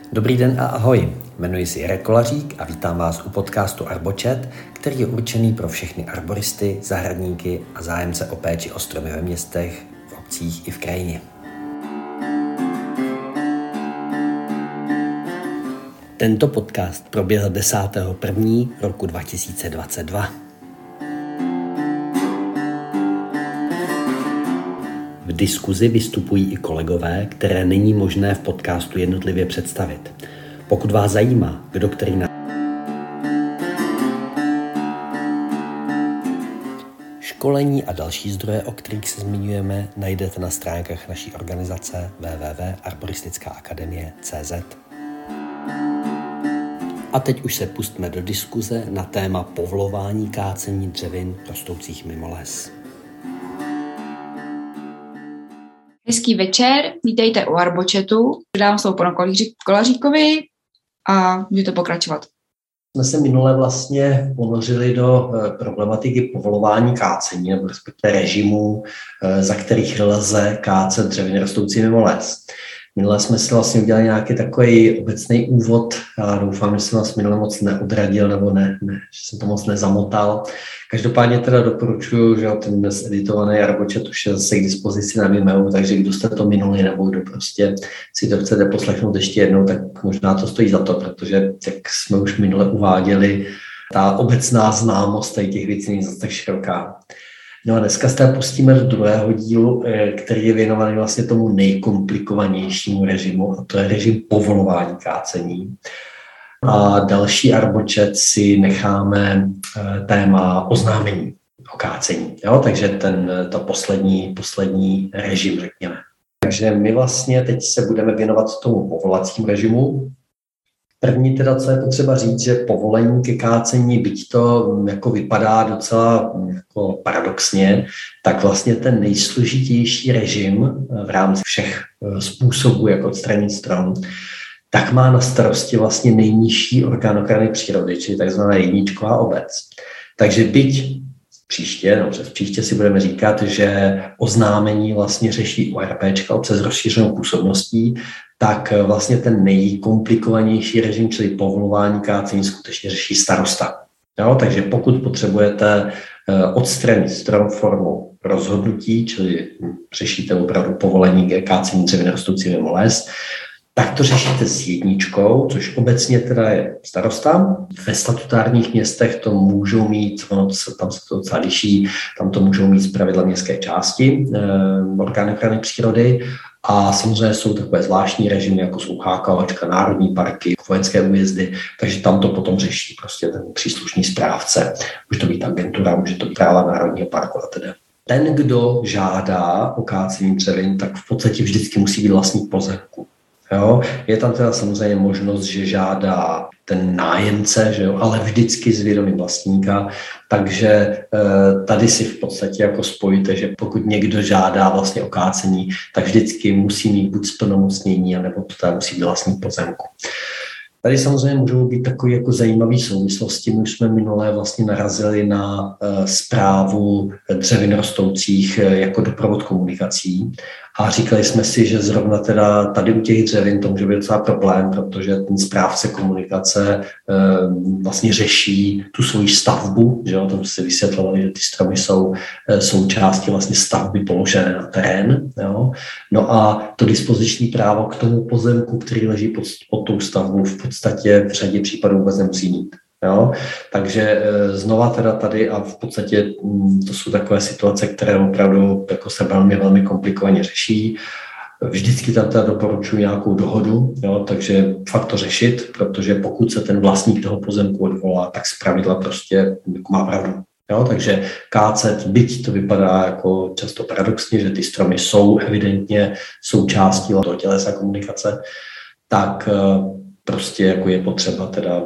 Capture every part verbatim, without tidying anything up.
Dobrý den a ahoj, jmenuji se Jirek Kolařík a vítám vás u podcastu Arbočet, který je určený pro všechny arboristy, zahradníky a zájemce o péči o stromy ve městech, v obcích i v krajině. Tento podcast proběhl desátého prvního roku dva tisíce dvacet dva. V diskuzi vystupují i kolegové, které není možné v podcastu jednotlivě představit. Pokud vás zajímá, kdo který na... Školení a další zdroje, o kterých se zmiňujeme, najdete na stránkách naší organizace w w w tečka arboristická akademie tečka cé zet. A teď už se pustíme do diskuze na téma povolování kácení dřevin rostoucích mimo les. Hezký večer, vítejte u Arbočetu. Dám slovo panu Kolaříkovi a můžete pokračovat. Jsme se minule vlastně ponořili do problematiky povolování kácení, nebo respektive režimů, za kterých lze kácet dřeviny rostoucí mimo les. Minule jsme si vlastně udělali nějaký takový obecný úvod a doufám, že jsem vás minule moc neodradil nebo ne, ne, že jsem to moc nezamotal. Každopádně teda doporučuji, že ten dnes editovaný Arbočet už je zase k dispozici na Vimeo, takže kdo jste to minuli nebo kdo prostě si to chcete poslechnout ještě jednou, tak možná to stojí za to, protože jak jsme už minule uváděli, ta obecná známost těch věcí není zase tak široká. No a dneska se pustíme do druhého dílu, který je věnovaný vlastně tomu nejkomplikovanějšímu režimu, a to je režim povolování kácení. A další Arbočet si necháme téma oznámení o kácení, jo? Takže ten to poslední, poslední režim, řekněme. Takže my vlastně teď se budeme věnovat tomu povolovacímu režimu. První teda, co je potřeba říct, že povolení ke kácení, byť to jako vypadá docela jako paradoxně, tak vlastně ten nejsložitější režim v rámci všech způsobů, jako odstranit strom, tak má na starosti vlastně nejnižší orgán ochrany přírody, čili takzvaná jedničková obec. Takže byť příště, no přes příště si budeme říkat, že oznámení vlastně řeší URPčka, obce s rozšířenou působností, tak vlastně ten nejkomplikovanější režim, čili povolování kácení, skutečně řeší starosta. Jo, takže pokud potřebujete odstranit strom formou rozhodnutí, čili řešíte opravdu povolení ke kácení dřevin rostoucí mimo les, tak to řešíte s jedničkou, což obecně teda je starosta. Ve statutárních městech to můžou mít, ono tam se to docela liší, tam to můžou mít zpravidla městské části, eh, orgány ochrany přírody. A samozřejmě jsou takové zvláštní režimy, jako jsou chákavačka, národní parky, vojenské újezdy, takže tam to potom řeší prostě ten příslušný správce. Může to být agentura, může to být správa národního parku a tedy. Ten, kdo žádá o kácení dřevin, tak v podstatě vždycky musí být vlastník pozemku. Jo? Je tam teda samozřejmě možnost, že žádá ten nájemce, že jo? Ale vždycky s vědomím vlastníka, takže e, tady si v podstatě jako spojíte, že pokud někdo žádá vlastně o kácení, tak vždycky musí mít buď splnomocnění, anebo to tady musí být vlastník pozemku. Tady samozřejmě můžou být takové jako zajímavé souvislosti. My už jsme minulé vlastně narazili na e, správu dřevin rostoucích e, jako doprovod komunikací a říkali jsme si, že zrovna teda tady u těch dřevin to může být docela problém, protože ten správce komunikace e, vlastně řeší tu svoji stavbu, že jo, tam se vysvětlovali, že ty stromy jsou e, součástí vlastně stavby položené na terén, jo. No a to dispoziční právo k tomu pozemku, který leží pod, pod tou stavbou, v podstatě v řadě případů vůbec nemusí mít. Jo? Takže znova teda tady a v podstatě to jsou takové situace, které opravdu jako se velmi, velmi komplikovaně řeší. Vždycky tam teda doporučuji nějakou dohodu, jo? Takže fakt to řešit, protože pokud se ten vlastník toho pozemku odvolá, tak zpravidla prostě má pravdu. Jo? Takže kácet, byť to vypadá jako často paradoxně, že ty stromy jsou evidentně součástí toho tělesa komunikace, tak prostě jako je potřeba teda,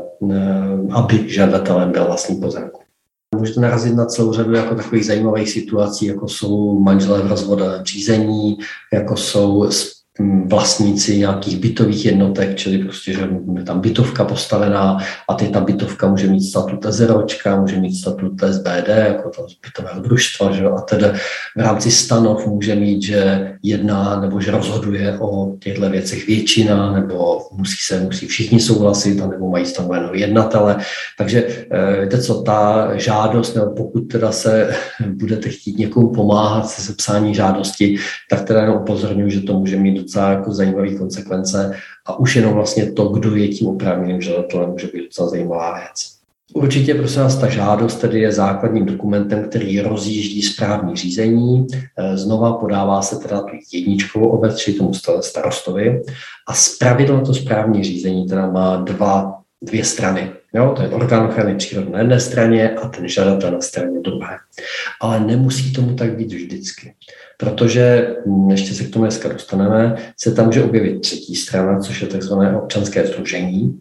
aby žadatelem byl vlastní pozemku. Můžete narazit na celou řadu jako takových zajímavých situací, jako jsou manželé v rozvodovém řízení, jako jsou vlastníci nějakých bytových jednotek, čili prostě, že je tam bytovka postavená a ty ta bytovka může mít statut SROčka, může mít statut S B D, jako to bytového družstva, že? A teda v rámci stanov může mít, že jedná nebo že rozhoduje o těchto věcech většina, nebo musí se musí všichni souhlasit, nebo mají stanoveného jednatele. Takže víte co, ta žádost, nebo pokud teda se budete chtít někomu pomáhat se sepsání žádosti, tak teda jenom upozorňuji, že to může mít docela jako zajímavé konsekvence a už jenom vlastně to, kdo je tím oprávněným žadatelem, může být docela zajímavá věc. Určitě, prosím vás, ta žádost tedy je základním dokumentem, který rozjíždí správní řízení. Znova podává se teda tu jedničkovou obec, čili tomu starostovi. A zpravidla to správní řízení teda má dva, dvě strany. Jo, to je orgán ochrany přírody na jedné straně a ten žadatel na straně druhé. Ale nemusí tomu tak být vždycky. Protože, ještě se k tomu dneska dostaneme, se tam může objevit třetí strana, což je takzvané občanské sdružení.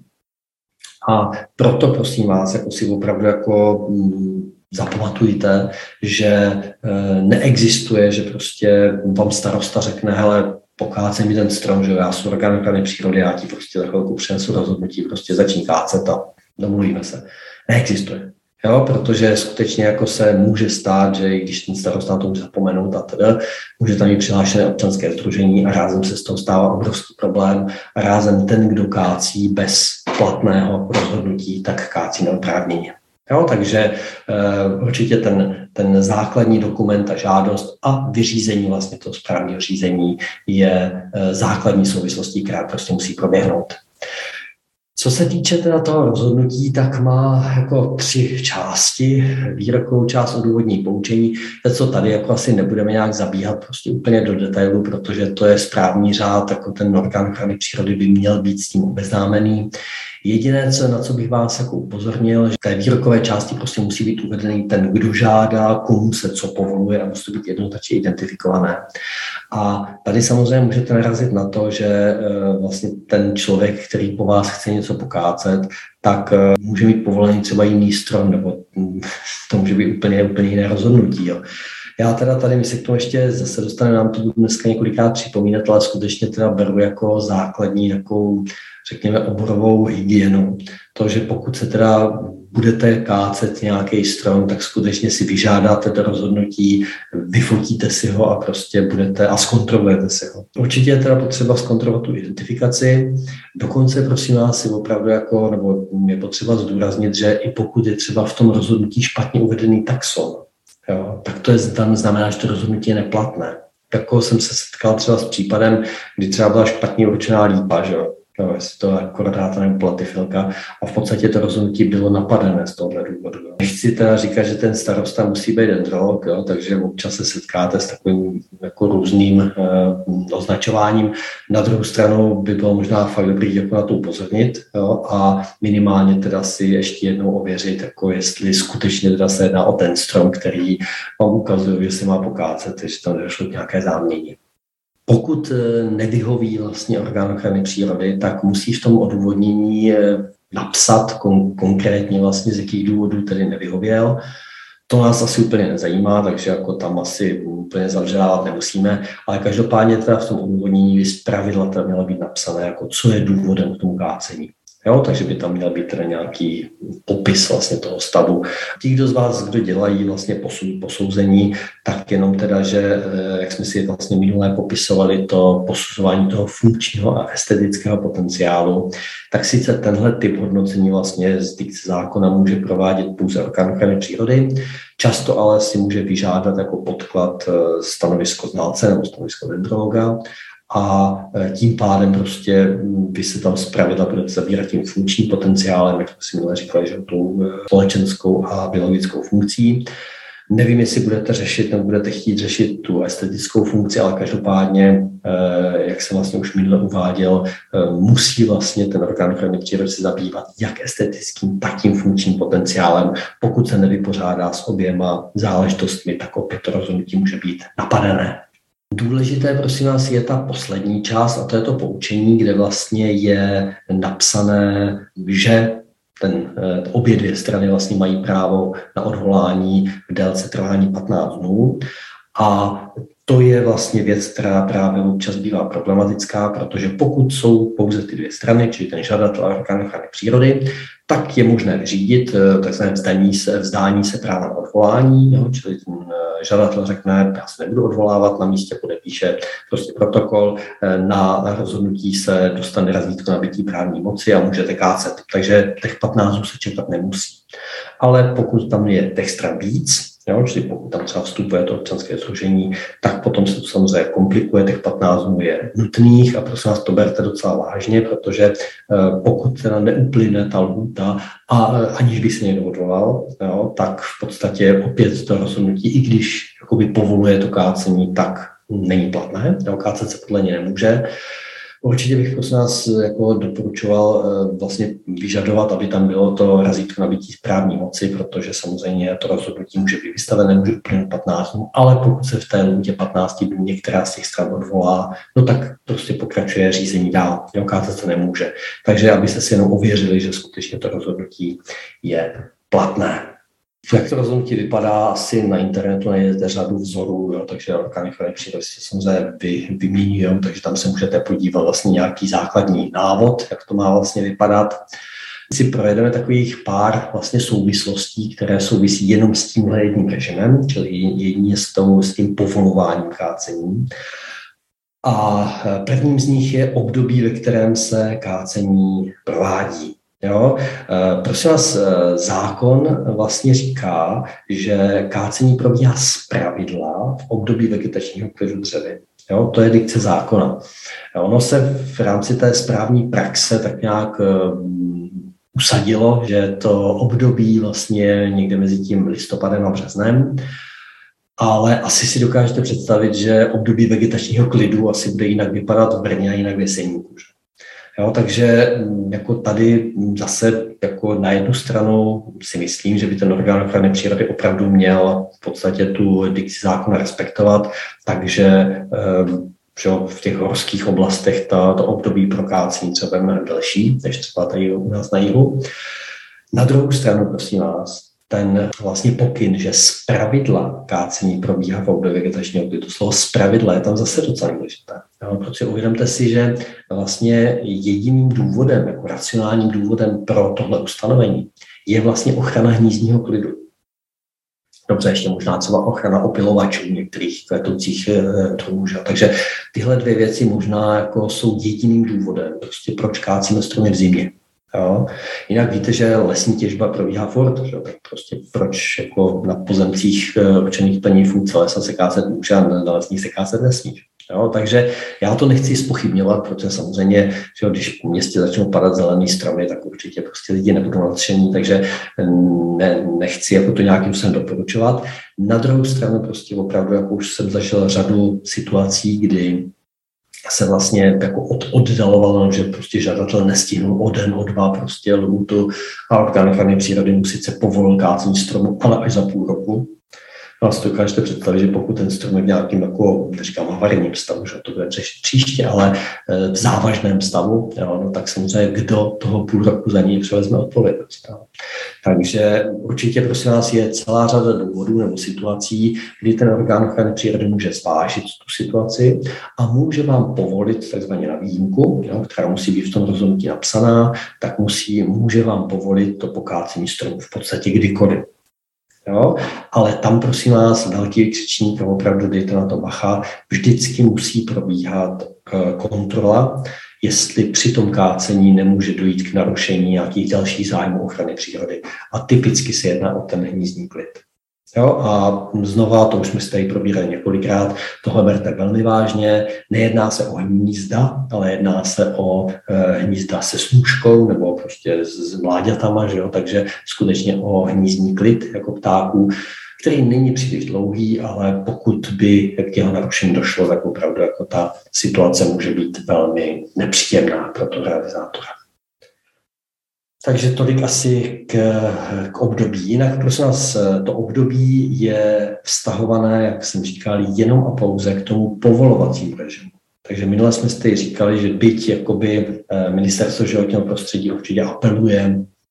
A proto, prosím vás, jako si opravdu jako mm, zapamatujte, že e, neexistuje, že prostě vám starosta řekne, hele, pokácej mi ten strom, že já jsem orgán ochrany přírody, já ti prostě za chvilku přinesu rozhodnutí, prostě začni kácet a domluvíme se. Neexistuje. Jo, protože skutečně jako se může stát, že i když ten starosta to může zapomenout a teda, může tam mít přihlášené občanské sdružení a rázem se z toho stává obrovský problém a rázem ten, kdo kácí bez platného rozhodnutí, tak kácí neoprávněně. Jo, takže uh, určitě ten, ten základní dokument a žádost a vyřízení vlastně toho správního řízení je uh, základní souvislostí, která prostě musí proběhnout. Co se týče teda toho rozhodnutí, tak má jako tři části. Výrokovou část, odůvodní, poučení. To, co tady jako asi nebudeme nějak zabíhat prostě úplně do detailu, protože to je správní řád, jako ten orgán ochrany přírody by měl být s tím obeznámený. Jediné, co, na co bych vás jako upozornil, že v té výrokové části prostě musí být uvedený ten, kdo žádá, komu se co povoluje a musí být jednoznačně identifikované. A tady samozřejmě můžete narazit na to, že e, vlastně ten člověk, který po vás chce něco pokácet, tak e, může mít povolený třeba jiný strom, nebo m, to může být úplně, úplně jiné rozhodnutí. Jo. Já teda tady, my se k tomu ještě zase dostaneme, nám to budu dneska několikrát připomínat, ale skutečně teda beru jako základní takovou, řekněme, oborovou hygienu. To, že pokud se teda budete kácet nějaký strom, tak skutečně si vyžádáte to rozhodnutí, vyfotíte si ho a prostě budete a zkontrolujete si ho. Určitě je teda potřeba zkontrolovat tu identifikaci. Dokonce, prosím vás, si opravdu jako, nebo je potřeba zdůraznit, že i pokud je třeba v tom rozhodnutí špatně uvedený taxon, jo, tak to je, tam znamená, že to rozhodnutí je neplatné. Jako jsem se setkal třeba s případem, kdy třeba byla špatně určená lípa, že jo. No, jestli to je kordáta nebo platifilka a v podstatě to rozhodnutí bylo napadené z tohohle důvodu. Jo. Nechci teda říkat, že ten starosta musí být dendrolog, jo, takže občas se setkáte s takovým jako různým eh, označováním. Na druhou stranu by bylo možná fakt dobrý jako na to upozornit, jo, a minimálně teda si ještě jednou ověřit, jako jestli skutečně teda se jedná o ten strom, který vám ukazuje, že se má pokácet, že tam nedošlo k nějaké záměně. Pokud nevyhoví vlastně orgán ochrany přírody, tak musí v tom odůvodnění napsat kon- konkrétně vlastně z jakých důvodů tedy nevyhověl. To nás asi úplně nezajímá, takže jako tam asi úplně zavřelávat nemusíme, ale každopádně teda v tom odůvodnění by zpravidla teda mělo být napsané, jako co je důvodem k tomu kácení. Jo, takže by tam měl být teda nějaký popis vlastně toho stavu. Ti, kdo z vás, kdo dělají vlastně posouzení, tak jenom teda, že jak jsme si vlastně minulé popisovali to posuzování toho funkčního a estetického potenciálu, tak sice tenhle typ hodnocení vlastně z dikce zákona může provádět pouze orgán ochrany přírody, často ale si může vyžádat jako podklad stanovisko znalce nebo stanovisko dendrologa, a tím pádem prostě vy se tam zpravidla budete zabírat tím funkčním potenciálem, jak jsme si minule říkali, že tou společenskou a biologickou funkcí. Nevím, jestli budete řešit nebo budete chtít řešit tu estetickou funkci, ale každopádně, jak jsem vlastně už minule uváděl, musí vlastně ten orgán ochrany přírody se zabývat jak estetickým, tak tím funkčním potenciálem. Pokud se nevypořádá s oběma záležitostmi, tak opět to rozhodnutí může být napadené. Důležité, prosím vás, je ta poslední část a to je to poučení, kde vlastně je napsané, že ten, obě dvě strany vlastně mají právo na odvolání v délce trvání patnáct dnů a to je vlastně věc, která právě občas bývá problematická, protože pokud jsou pouze ty dvě strany, čili ten žadatel a orgán ochrany přírody, tak je možné vyřídit takzvané vzdání se, vzdání se práva na odvolání, jo, čili ten žadatel řekne, já se nebudu odvolávat, na místě podepíše prostě protokol, na rozhodnutí se dostane razítko nabytí právní moci a můžete kácet. Takže těch patnáct dnů se čekat nemusí. Ale pokud tam je těch stran víc, jo, čili pokud tam třeba vstupuje to občanské sdružení, tak potom se to samozřejmě komplikuje, těch patnáct dnů je nutných a prosím vás to berte docela vážně, protože pokud teda neuplyne ta lhůta a aniž by se někdo odvolal, jo, tak v podstatě opět to rozhodnutí, i když jakoby povoluje to kácení, tak není platné, jo, kácet se podle něj nemůže. Určitě bych prosím nás jako doporučoval vlastně vyžadovat, aby tam bylo to razítko nabytí správní moci, protože samozřejmě to rozhodnutí může být vystavené, může uplynout patnáct dnů, ale pokud se v té lhůtě patnáct dnů některá z těch stran odvolá, no tak prostě pokračuje řízení dál, jo, kácet se nemůže. Takže abyste si jenom ověřili, že skutečně to rozhodnutí je platné. Jak to rozhodnutí vypadá, asi na internetu najdete řadu vzorů, jo, takže orgány ochrany přírody se samozřejmě vy, vyměňují, takže tam se můžete podívat vlastně nějaký základní návod, jak to má vlastně vypadat. Si projedeme takových pár vlastně souvislostí, které souvisí jenom s tímhle jedním režimem, čili jedině s, tomu, s tím povolováním kácení. A prvním z nich je období, ve kterém se kácení provádí. Jo, prosím vás, zákon vlastně říká, že kácení probíhá zpravidla v období vegetačního klidu dřevin. Jo, to je dikce zákona. Ono se v rámci té správní praxe tak nějak um, usadilo, že to období vlastně někde mezi tím listopadem a březnem, ale asi si dokážete představit, že období vegetačního klidu asi bude jinak vypadat v Brně a jinak v Jeseníku. Jo, takže jako tady zase jako na jednu stranu si myslím, že by ten orgán ochrany přírody opravdu měl v podstatě tu dikci zákona respektovat, takže že v těch horských oblastech ta, to období pro kácení třeba je mnohem delší, než třeba tady u nás na jihu. Na druhou stranu, prosím vás, ten vlastně pokyn, že zpravidla kácení probíhá v období vegetačního klidu. To slovo zpravidla je tam zase docela důležité. Protože uvědomte si, že vlastně jediným důvodem, jako racionálním důvodem pro tohle ustanovení je vlastně ochrana hnízdního klidu. Dobře, ještě možná třeba ochrana opylovačů některých kvetoucích druhů. Takže tyhle dvě věci možná jako jsou jediným důvodem, prostě proč kácíme stromy v zimě. Jo. Jinak víte, že lesní těžba probíhá furt, že? Tak prostě proč jako na pozemcích určených plní funkce lesa se kácet může a na lesních se kácet nesmí. Jo. Takže já to nechci zpochybňovat, protože samozřejmě, že když v městě začnou padat zelený stromy, tak určitě prostě lidi nebudou nadšení, takže ne, nechci jako to nějakým způsobem doporučovat. Na druhou stranu prostě opravdu, jako už jsem zažil řadu situací, kdy se vlastně jako od, oddaloval, že prostě žadatel nestihnul o den, o dva prostě lhůtu a orgán ochrany přírody mu sice povolil kácení stromu, ale až za půl roku. No, si dokážete představit, že pokud ten strom je v nějakým, jako, neříkám havarijním stavu, že to bude řešit příště, ale v závažném stavu, jo, no, tak samozřejmě kdo toho půl roku za něj převezme odpovědnost. Jo. Takže určitě prosím vás je celá řada důvodů nebo situací, kdy ten orgán ochrany přírody může zvážit tu situaci a může vám povolit takzvaně na výjimku, jo, která musí být v tom rozhodnutí napsaná, tak musí, může vám povolit to pokácení stromu v podstatě kdykoliv. Jo? Ale tam, prosím vás, velký vykřičník, opravdu dejte na to bacha, vždycky musí probíhat kontrola, jestli při tom kácení nemůže dojít k narušení nějakých dalších zájmů ochrany přírody. A typicky se jedná o ten hnízdní klid. Jo, a znova, to už jsme si tady probírali několikrát, tohle berte velmi vážně, nejedná se o hnízda, ale jedná se o e, hnízda se snůškou nebo prostě s mláďatama, že jo? Takže skutečně o hnízdní klid jako ptáků, který není příliš dlouhý, ale pokud by k jeho narušení došlo, tak opravdu jako ta situace může být velmi nepříjemná pro toho realizátora. Takže tolik asi k, k období. Jinak prosím vás, to období je vztahované, jak jsem říkal, jenom a pouze k tomu povolovacímu režimu. Takže minule jsme si říkali, že byť jakoby ministerstvo životního prostředí určitě apeluje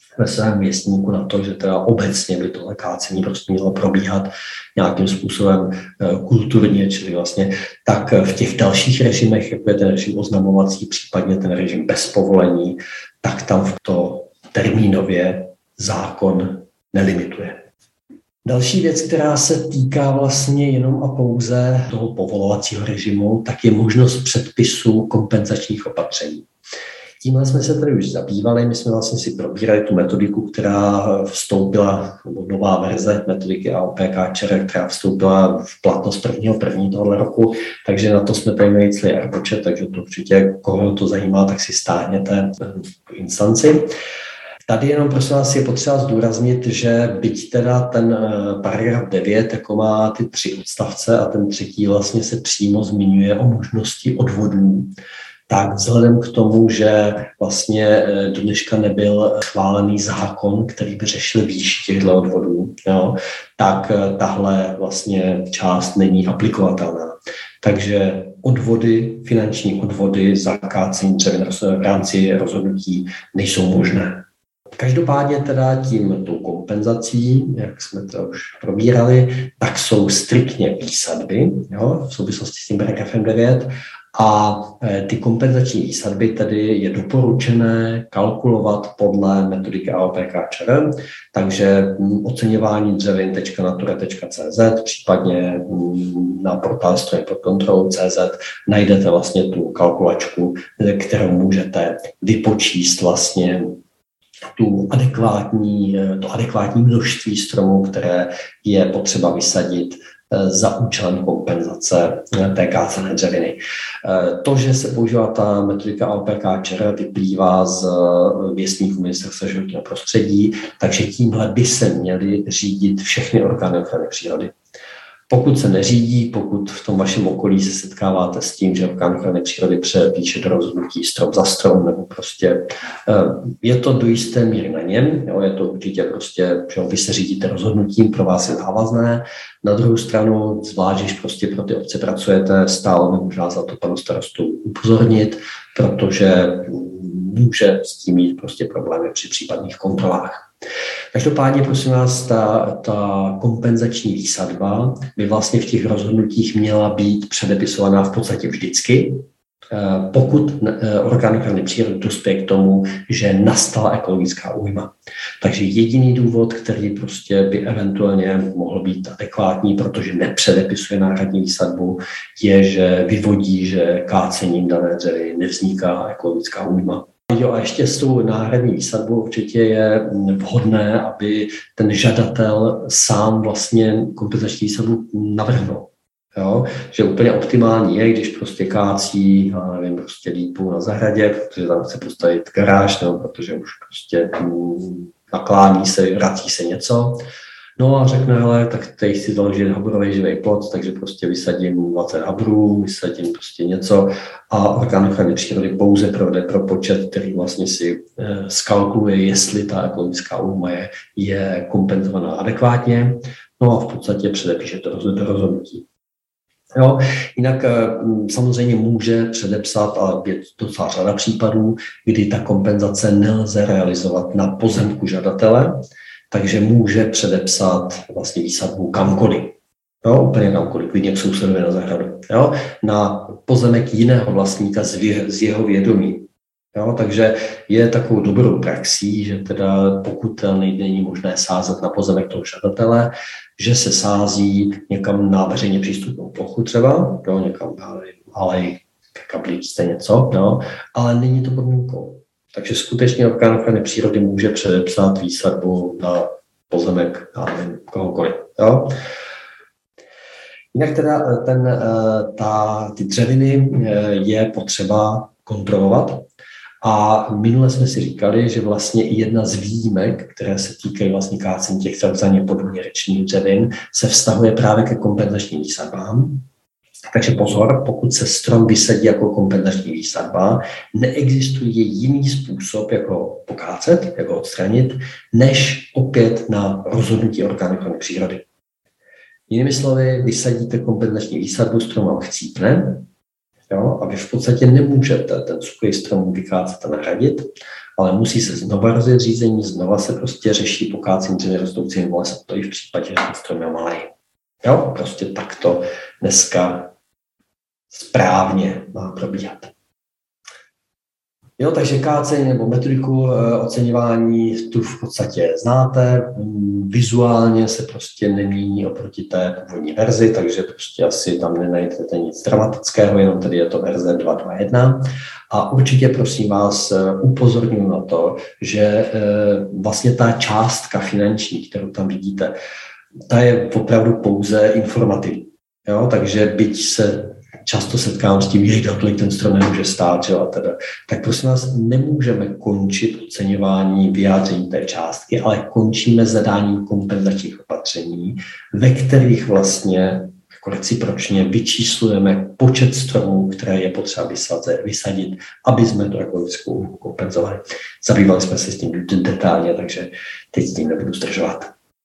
ve svém věstníku na to, že teda obecně by tohle kácení prostě mělo probíhat nějakým způsobem kulturně, čili vlastně tak v těch dalších režimech, jako je ten režim oznamovací, případně ten režim bez povolení, tak tam v to termínově zákon nelimituje. Další věc, která se týká vlastně jenom a pouze toho povolovacího režimu, tak je možnost předpisu kompenzačních opatření. Tímhle jsme se tady už zabývali, my jsme vlastně si probírali tu metodiku, která vstoupila, nová verze metodiky A O P K ČR, která vstoupila v platnost prvního prvního tohoto roku, takže na to jsme tady měli celý AirPočet, takže to určitě, koho to zajímá, tak si stáhněte tu instanci. Tady jenom prosím vás je potřeba zdůraznit, že byť teda ten paragraf devět jako má ty tři odstavce a ten třetí vlastně se přímo zmiňuje o možnosti odvodů, tak vzhledem k tomu, že vlastně do dneška nebyl schválený zákon, který by řešil výši těchto odvodů, jo, tak tahle vlastně část není aplikovatelná. Takže odvody, finanční odvody za kácení dřevin v rámci rozhodnutí nejsou možné. Každopádně teda tím tou kompenzací, jak jsme to už probírali, tak jsou striktně výsadby, jo, v souvislosti s tím paragrafem devět, a ty kompenzační výsadby tedy je doporučené kalkulovat podle metodiky A O P K ČR, takže oceňování dřevin tečka natura tečka cé zet, případně na portále stroje pod kontrolou tečka cé zet najdete vlastně tu kalkulačku, kterou můžete vypočíst vlastně tu adekvátní, to adekvátní množství stromů, které je potřeba vysadit za účelem kompenzace té kácené dřeviny. To, že se používá ta metodika A O P K ČR, vyplývá z věstníku Ministerstva životního prostředí, takže tímhle by se měly řídit všechny orgány ochrany přírody. Pokud se neřídí, pokud v tom vašem okolí se setkáváte s tím, že orgán ochrany přírody přepíše do rozhodnutí strom za strom, nebo prostě je to do jisté míry na něm, jo, je to určitě prostě, že vy se řídíte rozhodnutím, pro vás je závazné. Na druhou stranu, zvlášť, když prostě pro ty obce pracujete, stále možná za to panu starostu upozornit, protože může s tím mít prostě problémy při případných kontrolách. Každopádně, prosím vás, ta, ta kompenzační výsadba by vlastně v těch rozhodnutích měla být předepisovaná v podstatě vždycky, pokud orgán ochrany přírody dospěje k tomu, že nastala ekologická újma. Takže jediný důvod, který prostě by eventuálně mohl být adekvátní, protože nepředepisuje náhradní výsadbu, je, že vyvodí, že kácením dané dřevy nevzniká ekologická újma. Jo, a ještě s tou náhradní výsadbou určitě je vhodné, aby ten žadatel sám vlastně kompenzační výsadbu navrhnul. Jo? Že úplně optimální je, když prostě kácí, já nevím, prostě lípu na zahradě, protože tam chce postavit garáž, no, protože už prostě hm, naklání se, vrací se něco. No a řekne, hele, tak tady chci založit habrový živý plot, takže prostě vysadím dvacet habrů, vysadím prostě něco a orgán ochrany přírody pouze provede propočet, který vlastně si eh, skalkuluje, jestli ta ekologická újma je, je kompenzovaná adekvátně, no a v podstatě předepíše to do rozhodnutí. Jo, jinak samozřejmě může předepsat, a je docela řada případů, kdy ta kompenzace nelze realizovat na pozemku žadatele, takže může předepsat vlastně výsadbu kamkoliv. Jo, úplně kamkoliv, klidně k sousedovi na zahradu. Jo, na pozemek jiného vlastníka z, vě, z jeho vědomí. Jo, takže je takovou dobrou praxí, že teda pokud není možné sázet na pozemek toho žadatele, že se sází někam na veřejně přístupnou plochu třeba, jo, někam alej, kapličce něco, jo, ale není to podmínkou. Takže skutečně orgán ochrany přírody může předepsat výsadbu na pozemek, já nevím, kohokoliv. Jo. Jinak teda ten, ta, ty dřeviny je potřeba kontrolovat. A minule jsme si říkali, že vlastně i jedna z výjimek, které se týkají vlastně kácení těch takzvaně podměrečných dřevin, se vztahuje právě ke kompenzačním výsadbám. Takže pozor, pokud se strom vysadí jako kompenzační výsadba, neexistuje jiný způsob, jak ho pokácet, jak ho odstranit, než opět na rozhodnutí orgánu ochrany přírody. Jinými slovy, vysadíte kompenzační výsadbu, strom vám chcípne, jo, a vy v podstatě nemůžete ten suchý strom vykácet a nahradit, ale musí se znova rozjet řízení, znova se prostě řeší pokácení dřevin rostoucí mimo les, to i v případě, že ten strom je malý. Jo, prostě takto dneska správně má probíhat. Jo, takže káceň nebo metodiku oceňování tu v podstatě znáte. Vizuálně se prostě nemění oproti té původní verzi, takže prostě asi tam nenajdete nic dramatického, jenom tady je to verze dva tečka dva tečka jedna. A určitě prosím vás upozorňuji na to, že vlastně ta částka finanční, kterou tam vidíte, ta je opravdu pouze informativní. Jo, takže byť se často setkám s tím, že tolik ten strom nemůže stát, že? A teda. Tak prosím vás, nemůžeme končit oceňování vyjádření té částky, ale končíme zadáním kompenzačních opatření, ve kterých vlastně jako recipročně vyčíslujeme počet stromů, které je potřeba vysadit, aby jsme to ekologickou kompenzovali. Zabývali jsme se s tím detailně, takže teď s tím nebudu zdržovat.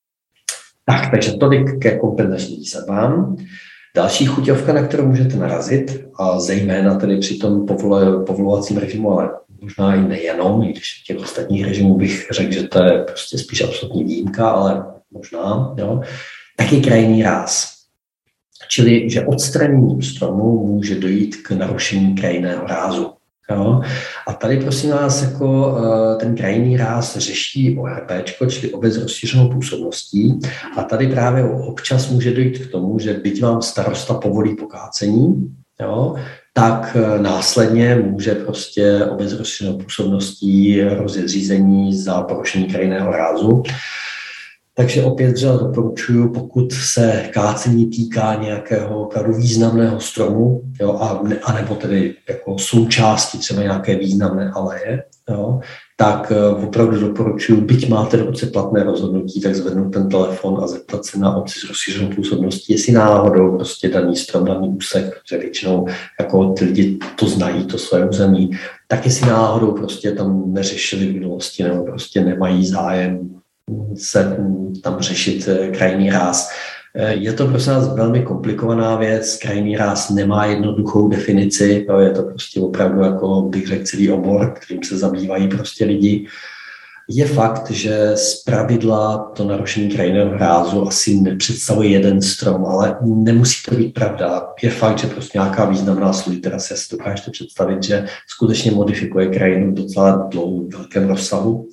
Tak, takže tolik ke kompenzačním výsadbám. Další chuťovka, na kterou můžete narazit, a zejména tedy při tom povolovacím režimu, ale možná i nejenom, i když v těch ostatních režimů bych řekl, že to je prostě spíš absolutní výjimka, ale možná, jo, tak je krajinný ráz. Čili, že odstraněním stromu může dojít k narušení krajinného rázu. Jo? A tady prosím vás, jako ten krajinný ráz řeší O R P, čili obec s rozšířenou působností. A tady právě občas může dojít k tomu, že byť vám starosta povolí pokácení, jo, tak následně může prostě obec s rozšířenou působností rozjet řízení za porušení krajinného rázu. Takže opět třeba doporučuji, pokud se kácení týká nějakého opravdu významného stromu, jo, a, a nebo tedy jako součástí třeba nějaké významné aleje, jo, tak opravdu doporučuji, byť máte v ruce platné rozhodnutí, tak zvednout ten telefon a zeptat se na obci s rozšířenou působností, jestli náhodou prostě daný strom, daný úsek, protože většinou jako ty lidi to znají, to své území, tak jestli náhodou prostě tam neřešili v minulosti nebo prostě nemají zájem se tam řešit krajinný ráz. Je to prostě velmi komplikovaná věc, krajinný ráz nemá jednoduchou definici, je to prostě opravdu, jako bych řekl, celý obor, kterým se zabývají prostě lidi. Je fakt, že zpravidla to narušení krajinného rázu asi nepředstavuje jeden strom, ale nemusí to být pravda. Je fakt, že prostě nějaká významná služba, si asi dokážete představit, že skutečně modifikuje krajinu v docela dlouhém, velkém rozsahu.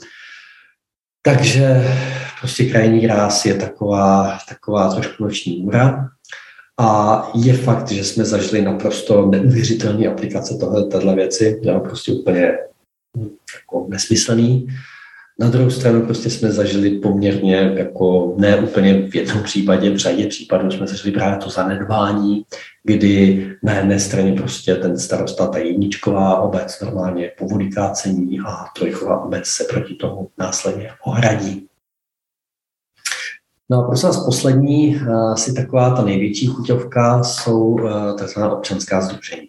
Takže prostě krajinný ráz je taková, taková trošku noční můra a je fakt, že jsme zažili naprosto neuvěřitelné aplikace tohle, téhle věci, jo, prostě úplně jako nesmyslný. Na druhou stranu prostě jsme zažili poměrně, jako ne úplně v jednom případě, v řadě případů jsme zažili právě to zanedbání, kdy na jedné straně prostě ten starosta, ta jedničková obec normálně povolí kácení a trojková obec se proti tomu následně ohradí. No a prosím vás, poslední, asi taková ta největší chuťovka jsou takzvaná občanská sdružení.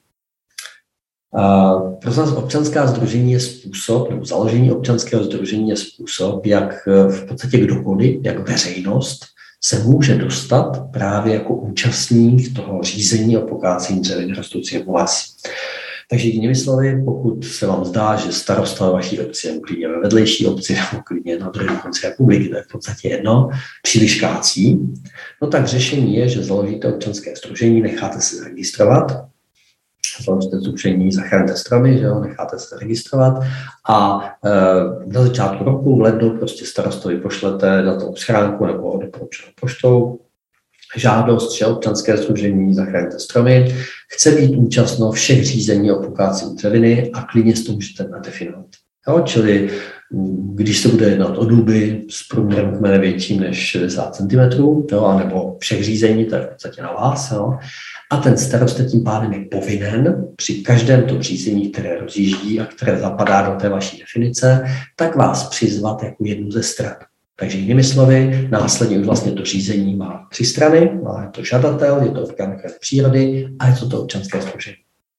Uh, prosím vás, občanská sdružení je způsob, nebo založení občanského sdružení je způsob, jak v podstatě kdokoliv, jak veřejnost se může dostat právě jako účastník toho řízení o pokácení dřevin rostoucího v lese. Takže jinými slovy, pokud se vám zdá, že starosta vaší obci je klidně ve vedlejší obci nebo klidně na druhém konci republiky, to je v podstatě jedno, příliš kácí, no tak řešení je, že založíte občanské sdružení, necháte se zaregistrovat, založíte sdružení, zachraňte stromy, že jo, necháte se registrovat a e, na začátku roku v lednu prostě starostovi pošlete na tou schránku nebo doporučenou poštou žádost, že občanské sdružení zachraňte stromy, chce být účastno všech řízení o pokácení dřeviny a klidně si to můžete nadefinovat. Jo, čili když se bude jednat o duby s průměrem kmene větším než šedesát centimetrů, jo, anebo všech řízení, to je v podstatě na vás, jo, a ten starosta tím pádem je povinen při každém tom řízení, které rozjíždí a které zapadá do té vaší definice, tak vás přizvat jako jednu ze stran. Takže jinými slovy, následně už vlastně to řízení má tři strany, má to žadatel, je to orgán ochrany přírody a je to to občanské sdružení.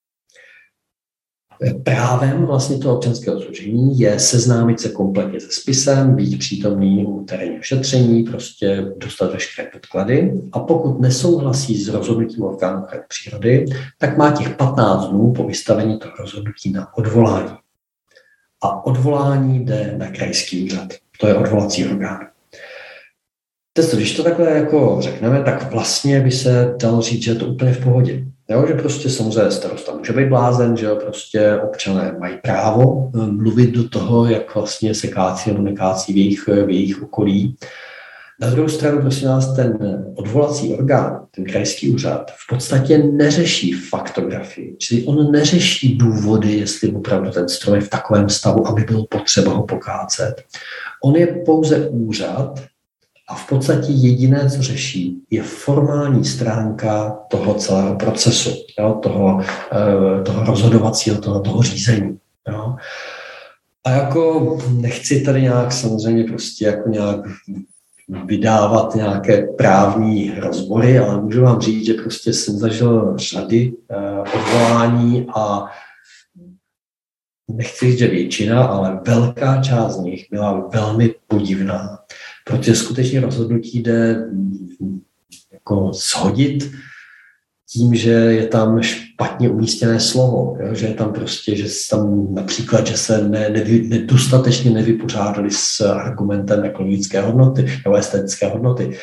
Právem vlastně toho občanského sdružení je seznámit se kompletně se spisem, být přítomný u terénního šetření, prostě dostat veškeré podklady a pokud nesouhlasí s rozhodnutím orgánu ochrany přírody, tak má těch patnáct dnů po vystavení toho rozhodnutí na odvolání. a odvolání jde na krajský úřad. To je odvolací orgán. Testo, když to takhle jako řekneme, tak vlastně by se dalo říct, že je to úplně v pohodě. Jo, že prostě samozřejmě starosta může být blázen, že jo, prostě občané mají právo mluvit do toho, jak vlastně se kácí nebo nekácí v jejich, v jejich okolí. Na druhou stranu, prosím vás, ten odvolací orgán, ten krajský úřad, v podstatě neřeší faktografii, čili on neřeší důvody, jestli opravdu ten strom je v takovém stavu, aby bylo potřeba ho pokácet. On je pouze úřad a v podstatě jediné, co řeší, je formální stránka toho celého procesu, jo, toho, toho rozhodovacího, toho, toho řízení. Jo. A jako nechci tady nějak samozřejmě prostě jako nějak vydávat nějaké právní rozbory, ale můžu vám říct, že prostě jsem zažil řady odvolání a nechci říct, že většina, ale velká část z nich byla velmi podivná, protože skutečně rozhodnutí jde jako shodit tím, že je tam špatně umístěné slovo, jo? Že je tam prostě, že tam například, že se ne, nevy, nedostatečně nevypořádali s argumentem ekologické hodnoty nebo estetické hodnoty.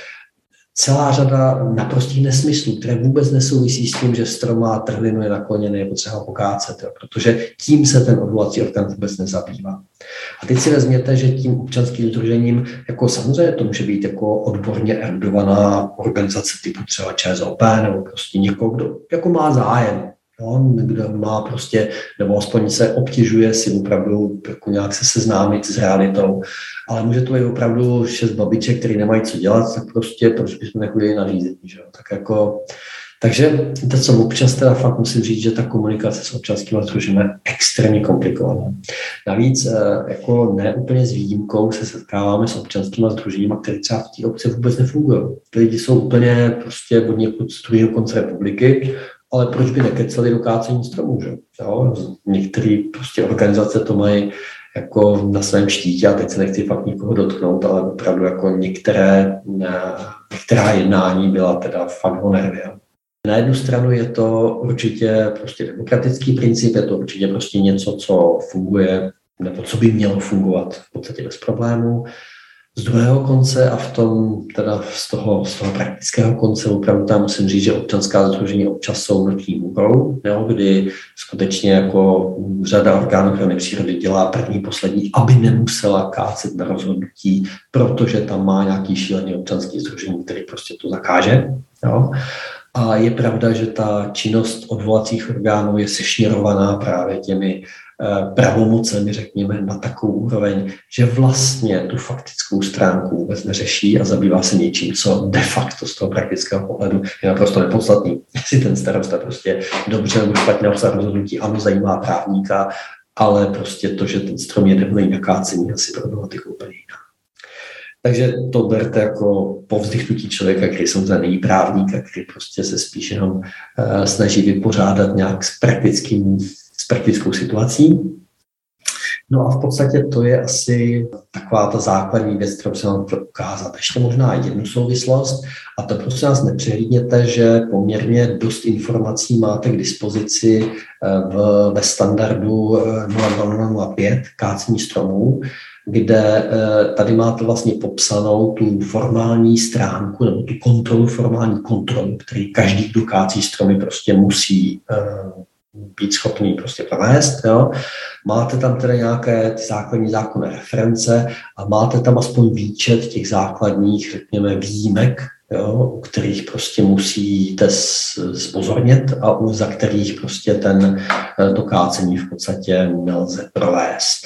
Celá řada naprostých nesmyslů, které vůbec nesouvisí s tím, že strom má trhlinu, je nakloněný, je potřeba pokácet, jo? Protože tím se ten odvolací orgán vůbec nezabývá. A teď si vezměte, že tím občanským sdružením, jako samozřejmě to může být jako odborně erudovaná organizace typu třeba ČSOP nebo prostě někoho, kdo jako má zájem, jo? Kdo má prostě, nebo aspoň se obtěžuje si opravdu jako nějak se seznámit s realitou, ale může to být opravdu šest babiček, který nemají co dělat, tak prostě proč bychom nechodili na řízení, že jo? Tak jako, takže to, co občas teda fakt musím říct, že ta komunikace s občanským sdružením je extrémně komplikovaná. Navíc jako ne úplně s výjimkou se setkáváme s občanskými sdruženími, které třeba v té obci vůbec nefungují. Ty lidi jsou úplně prostě od někud z druhého konce republiky, ale proč by nekeceli do kácení stromů, že? Jo? Některé prostě organizace to mají jako na svém štítě a teď se nechci fakt nikoho dotknout, ale opravdu jako některé, některá jednání byla teda fakt o nervy. Na jednu stranu je to určitě prostě demokratický princip, je to určitě prostě něco, co funguje, nebo co by mělo fungovat v podstatě bez problémů. Z druhého konce a v tom, teda z toho, z toho praktického konce opravdu tam musím říct, že občanská sdružení občas jsou noční můrou, kdy skutečně jako řada orgánů ochrany přírody dělá první, poslední, aby nemusela kácet na rozhodnutí, protože tam má nějaký šílený občanský sdružení, který prostě to zakáže. Jo. A je pravda, že ta činnost odvolacích orgánů je sešněrovaná právě těmi pravomocemi, řekněme, na takovou úroveň, že vlastně tu faktickou stránku vůbec neřeší a zabývá se něčím, co de facto z toho praktického pohledu je naprosto nepodstatný. Jestli ten starosta prostě dobře nebo špatně napsal rozhodnutí, ano, zajímá právníka, ale prostě to, že ten strom je nevhodný na kácení, asi problematiku úplně jiná. Takže to berte jako povzdychnutí člověka, který samozřejmě není právník a který prostě se spíš jenom uh, snaží vypořádat nějak s praktickým s praktickou situací. No a v podstatě to je asi taková ta základní věc, kterou se vám chtěl ukázat. Ještě možná jednu souvislost, a to prosím vás nepřehlídněte, že poměrně dost informací máte k dispozici v, ve standardu nula nula nula pět kácení stromů, kde tady máte vlastně popsanou tu formální stránku nebo tu kontrolu, formální kontrolu, který každý, kdo kácí stromy, prostě musí být schopný prostě provést. Jo. Máte tam teda nějaké ty základní zákonné reference a máte tam aspoň výčet těch základních, řekněme, výjimek, jo, u kterých prostě musíte zpozornět a u za kterých prostě ten, to kácení v podstatě nelze provést.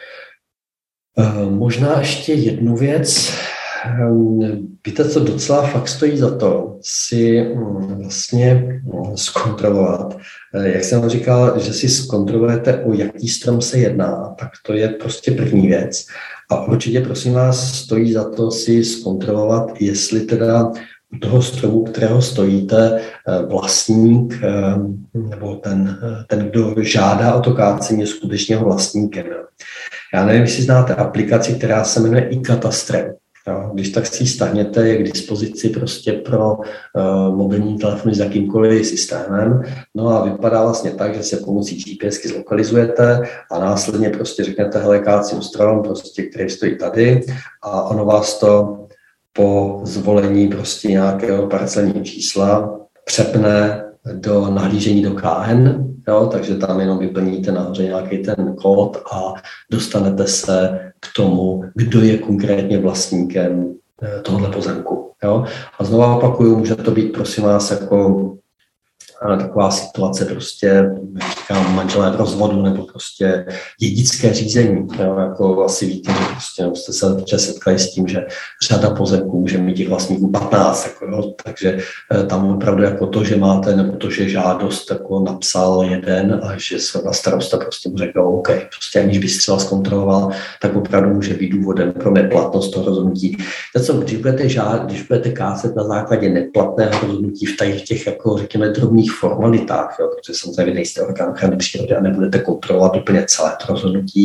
Možná ještě jednu věc. Víte, co docela fakt stojí za to si vlastně zkontrolovat. Jak jsem vám říkal, že si zkontrolujete, o jaký strom se jedná, tak to je prostě první věc. A určitě, prosím vás, stojí za to si zkontrolovat, jestli teda u toho stromu, kterého stojíte, vlastník nebo ten, ten, kdo žádá o to kácení, je skutečně ho vlastníkem. Já nevím, jestli znáte aplikaci, která se jmenuje iKatastrem. Jo, když tak si ji stáhněte, je k dispozici prostě pro uh, mobilní telefony s jakýmkoliv systémem. No a vypadá vlastně tak, že se pomocí G P S ky zlokalizujete a následně prostě řeknete, hele, kácím strom, prostě, který stojí tady a ono vás to po zvolení prostě nějakého parcelního čísla přepne do nahlížení do K N, jo, takže tam jenom vyplníte nahoře nějaký ten kód a dostanete se k tomu, kdo je konkrétně vlastníkem tohohle pozemku. Jo. A znovu opakuju, může to být, prosím vás, jako taková situace prostě, říkám, manželé v rozvodu nebo prostě dědické řízení. Jo, jako asi víte, že prostě no, jste se setkali s tím, že řada pozemků může mít těch vlastníků patnáct. Jako, jo, takže tam opravdu jako to, že máte, nebo to, že žádost jako napsal jeden a že starosta prostě mu řekl, OK, prostě aniž by třeba zkontroloval, tak opravdu může být důvodem pro neplatnost toho rozhodnutí. To, co, když budete, žád, když budete kácet na základě neplatného rozhodnutí v těch, těch jako řekněme drobných formalitách, jo, protože samozřejmě vy nejste orgán ochrany přírody a nebudete kontrolovat úplně celé to rozhodnutí,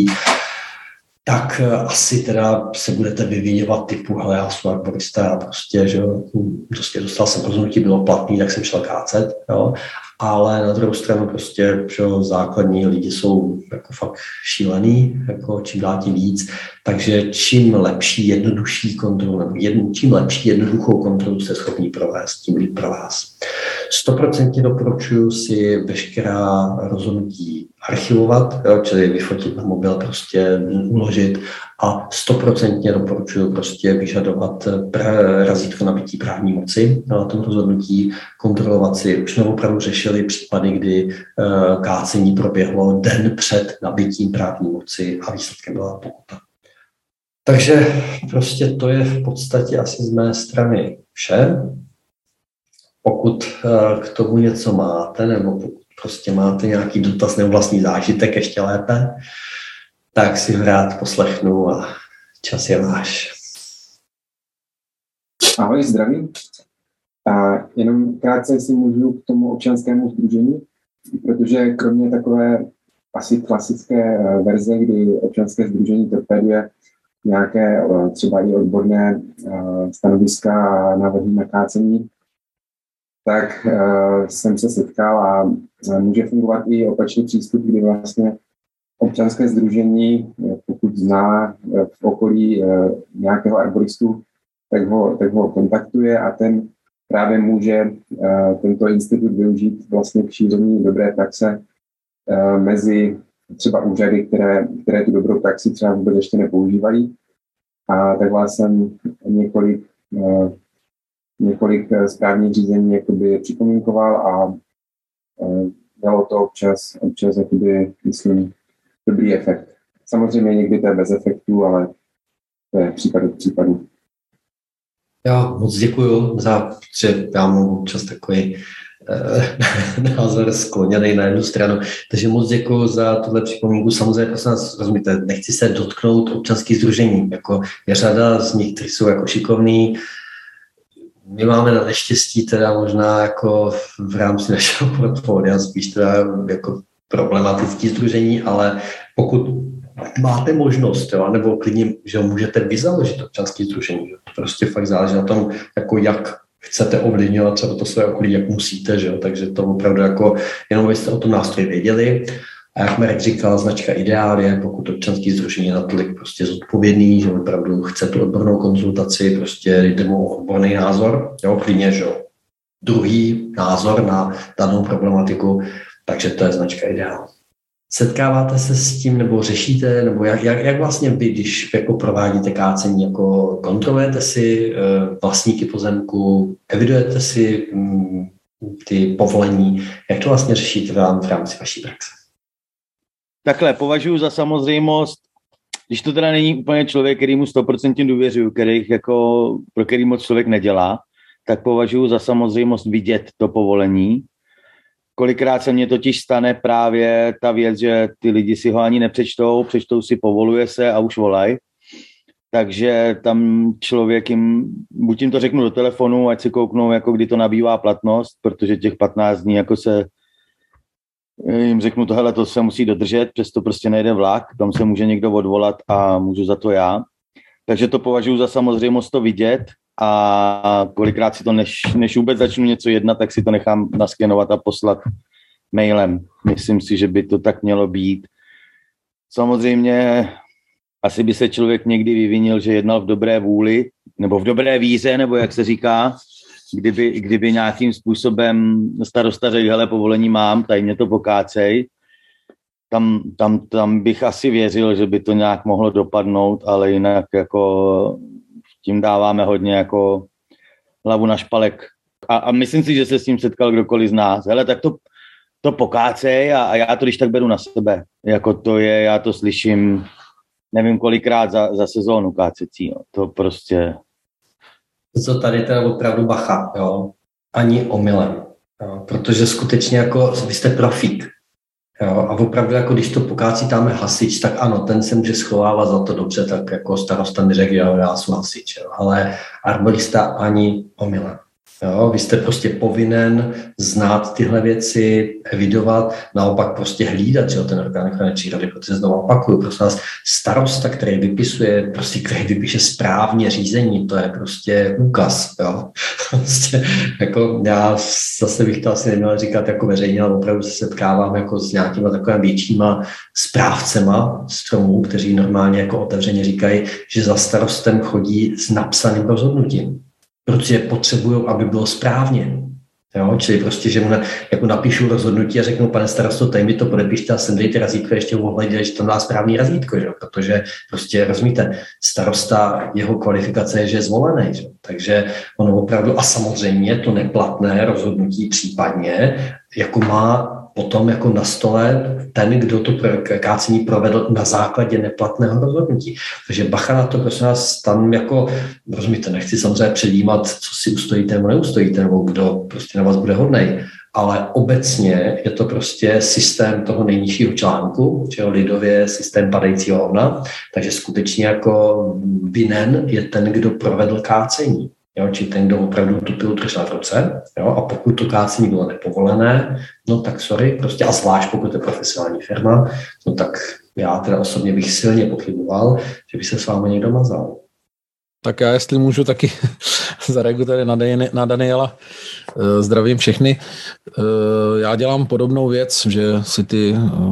tak asi teda se budete vyvinovat typu, hele, já jsem arborista a prostě, že prostě dostal jsem rozhodnutí, bylo platný, tak jsem šel kácet, jo. Ale na druhou stranu prostě, že základní lidi jsou jako fakt šílený, jako čím dál tím víc, takže čím lepší, jednodušší kontrolu, nebo jedn, čím lepší, jednoduchou kontrolu jste schopní provést, tím líp pro vás. Stoprocentně doporučuji si veškerá rozhodnutí archivovat, jo, čili vyfotit na mobil, prostě uložit a stoprocentně doporučuji prostě vyžadovat razítko nabití právní moci na tom rozhodnutí, kontrolovat si. Už jsme opravdu řešili případy, kdy uh, kácení proběhlo den před nabitím právní moci a výsledkem byla pokuta. Takže prostě to je v podstatě asi z mé strany vše. Pokud uh, k tomu něco máte, nebo pokud prostě máte nějaký dotaz nebo vlastní zážitek ještě lépe, tak si ho rád poslechnu a čas je váš. Ahoj, zdravím. A jenom krátce si můžu k tomu občanskému sdružení, protože kromě takové asi klasické verze, kdy občanské sdružení torpéduje nějaké třeba i odborné stanoviska a návrhy na kácení, tak jsem se setkal a může fungovat i opačný přístup, kdy vlastně občanské sdružení, pokud zná v okolí nějakého arboristu, tak ho, tak ho kontaktuje a ten právě může tento institut využít vlastně k šíření dobré praxe mezi třeba úřady, které, které tu dobrou praxi třeba vůbec ještě nepoužívají. A takhle jsem několik, několik správních řízení jakoby připomínkoval a mělo to občas, občas jakoby, myslím, dobrý efekt. Samozřejmě někdy to je bez efektu, ale to je případ od případu. Já moc děkuju za, že já mám čas takový eh, názor skloněný na jednu stranu, takže moc děkuju za tuhle připomínku. Samozřejmě, prosím vás, rozumíte, nechci se dotknout občanských sdružení, jako je řada z nich, kteří jsou jako šikovní. My máme na neštěstí teda možná jako v rámci našeho portfolia spíš teda jako problematické sdružení, ale pokud máte možnost, jo, nebo klidně, že můžete vy založit občanské sdružení. To prostě fakt záleží na tom, jako jak chcete ovlivňovat třeba to své okolí, jak musíte, že jo, takže to opravdu jako, jenom abyste o tom nástroji věděli. A jak Marek říkal, značka Ideál je, pokud občanské sdružení je natolik prostě zodpovědný, že opravdu chce tu odbornou konzultaci, prostě jde mu odborný názor, jo, klidně, že jo, druhý názor na danou problematiku, takže to je značka Ideál. Setkáváte se s tím, nebo řešíte, nebo jak, jak, jak vlastně vy, když jako provádíte kácení, jako kontrolujete si uh, vlastníky pozemku, evidujete si um, ty povolení, jak to vlastně řešíte v, v rámci vaší praxe? Takhle, považuji za samozřejmost, když to teda není úplně člověk, který mu sto procent důvěřuju, který jako, pro který moc člověk nedělá, tak považuji za samozřejmost vidět to povolení. Kolikrát se mně totiž stane právě ta věc, že ty lidi si ho ani nepřečtou, přečtou si, povoluje se a už volaj. Takže tam člověk jim, buď jim to řeknu do telefonu, ať si kouknou, jako kdy to nabývá platnost, protože těch patnáct dní jako se jim řeknu, tohle to se musí dodržet, přesto prostě nejde vlak, tam se může někdo odvolat a můžu za to já. takže to považuji za samozřejmost to vidět a kolikrát si to, než, než vůbec začnu něco jednat, tak si to nechám naskenovat a poslat mailem. Myslím si, že by to tak mělo být. Samozřejmě asi by se člověk někdy vyvinil, že jednal v dobré vůli, nebo v dobré víře, nebo jak se říká, kdyby, kdyby nějakým způsobem starosta řekl, hele, povolení mám, tady mě to pokácej. Tam, tam, tam bych asi věřil, že by to nějak mohlo dopadnout, ale jinak jako tím dáváme hodně jako hlavu na špalek. A, a myslím si, že se s tím setkal kdokoliv z nás. Hele, tak to, to pokácej a, a já to když tak beru na sebe. Jako to je, já to slyším nevím kolikrát za, za sezónu kácecí. No. To prostě... Co tady teda opravdu bacha, jo? Ani omylem. Jo? Protože skutečně jako vy jste profík. Jo? A opravdu jako když to pokácí tamhle hasič, tak ano, ten se může schovávat za to dobře, tak jako starosta mi řekl, jo, já jsem hasič. Jo? Ale arborista ani omylem. Jo, vy jste prostě povinen znát tyhle věci, evidovat, naopak prostě hlídat, že ten orgán ochrany přírody, protože znovu opakuju, prostě nás starosta, který vypisuje, prostě který vypíše správně řízení, to je prostě úkaz, jo. Prostě, jako já zase bych to asi neměl říkat jako veřejně, ale opravdu se setkávám jako s nějakýma takovými většíma správcema stromů, kteří normálně jako otevřeně říkají, že za starostem chodí s napsaným rozhodnutím. Protože potřebují, aby bylo správně. Jo? Čili prostě, že mu na, jako napíšu rozhodnutí a řeknu, pane starosto, tady mi to podepište a sem dejte razítko, ještě ohledě, že tam dá správný razítko. Že? Protože prostě, rozumíte, starosta, jeho kvalifikace je, že je zvolený. Že? Takže ono opravdu, a samozřejmě to neplatné rozhodnutí případně, jako má potom jako na stole ten, kdo to kácení provedl na základě neplatného rozhodnutí. Takže bacha na to, prosím nás, tam jako, rozumíte, nechci samozřejmě předjímat, co si ustojíte nebo neustojíte, nebo kdo prostě na vás bude hodnej, ale obecně je to prostě systém toho nejnižšího článku, čeho lidově systém padajícího ovna, takže skutečně jako vinen je ten, kdo provedl kácení. Jo, či ten, kdo opravdu tu pilu držel v ruce, jo, a pokud to kácení bylo nepovolené, no tak sorry, prostě a zvlášť pokud je profesionální firma, no tak já teda osobně bych silně pochyboval, že by se s vámi někdo mazal. Tak já, jestli můžu taky zareagovat tady na, Dan- na Daniela. Zdravím všechny. Já dělám podobnou věc, že si ty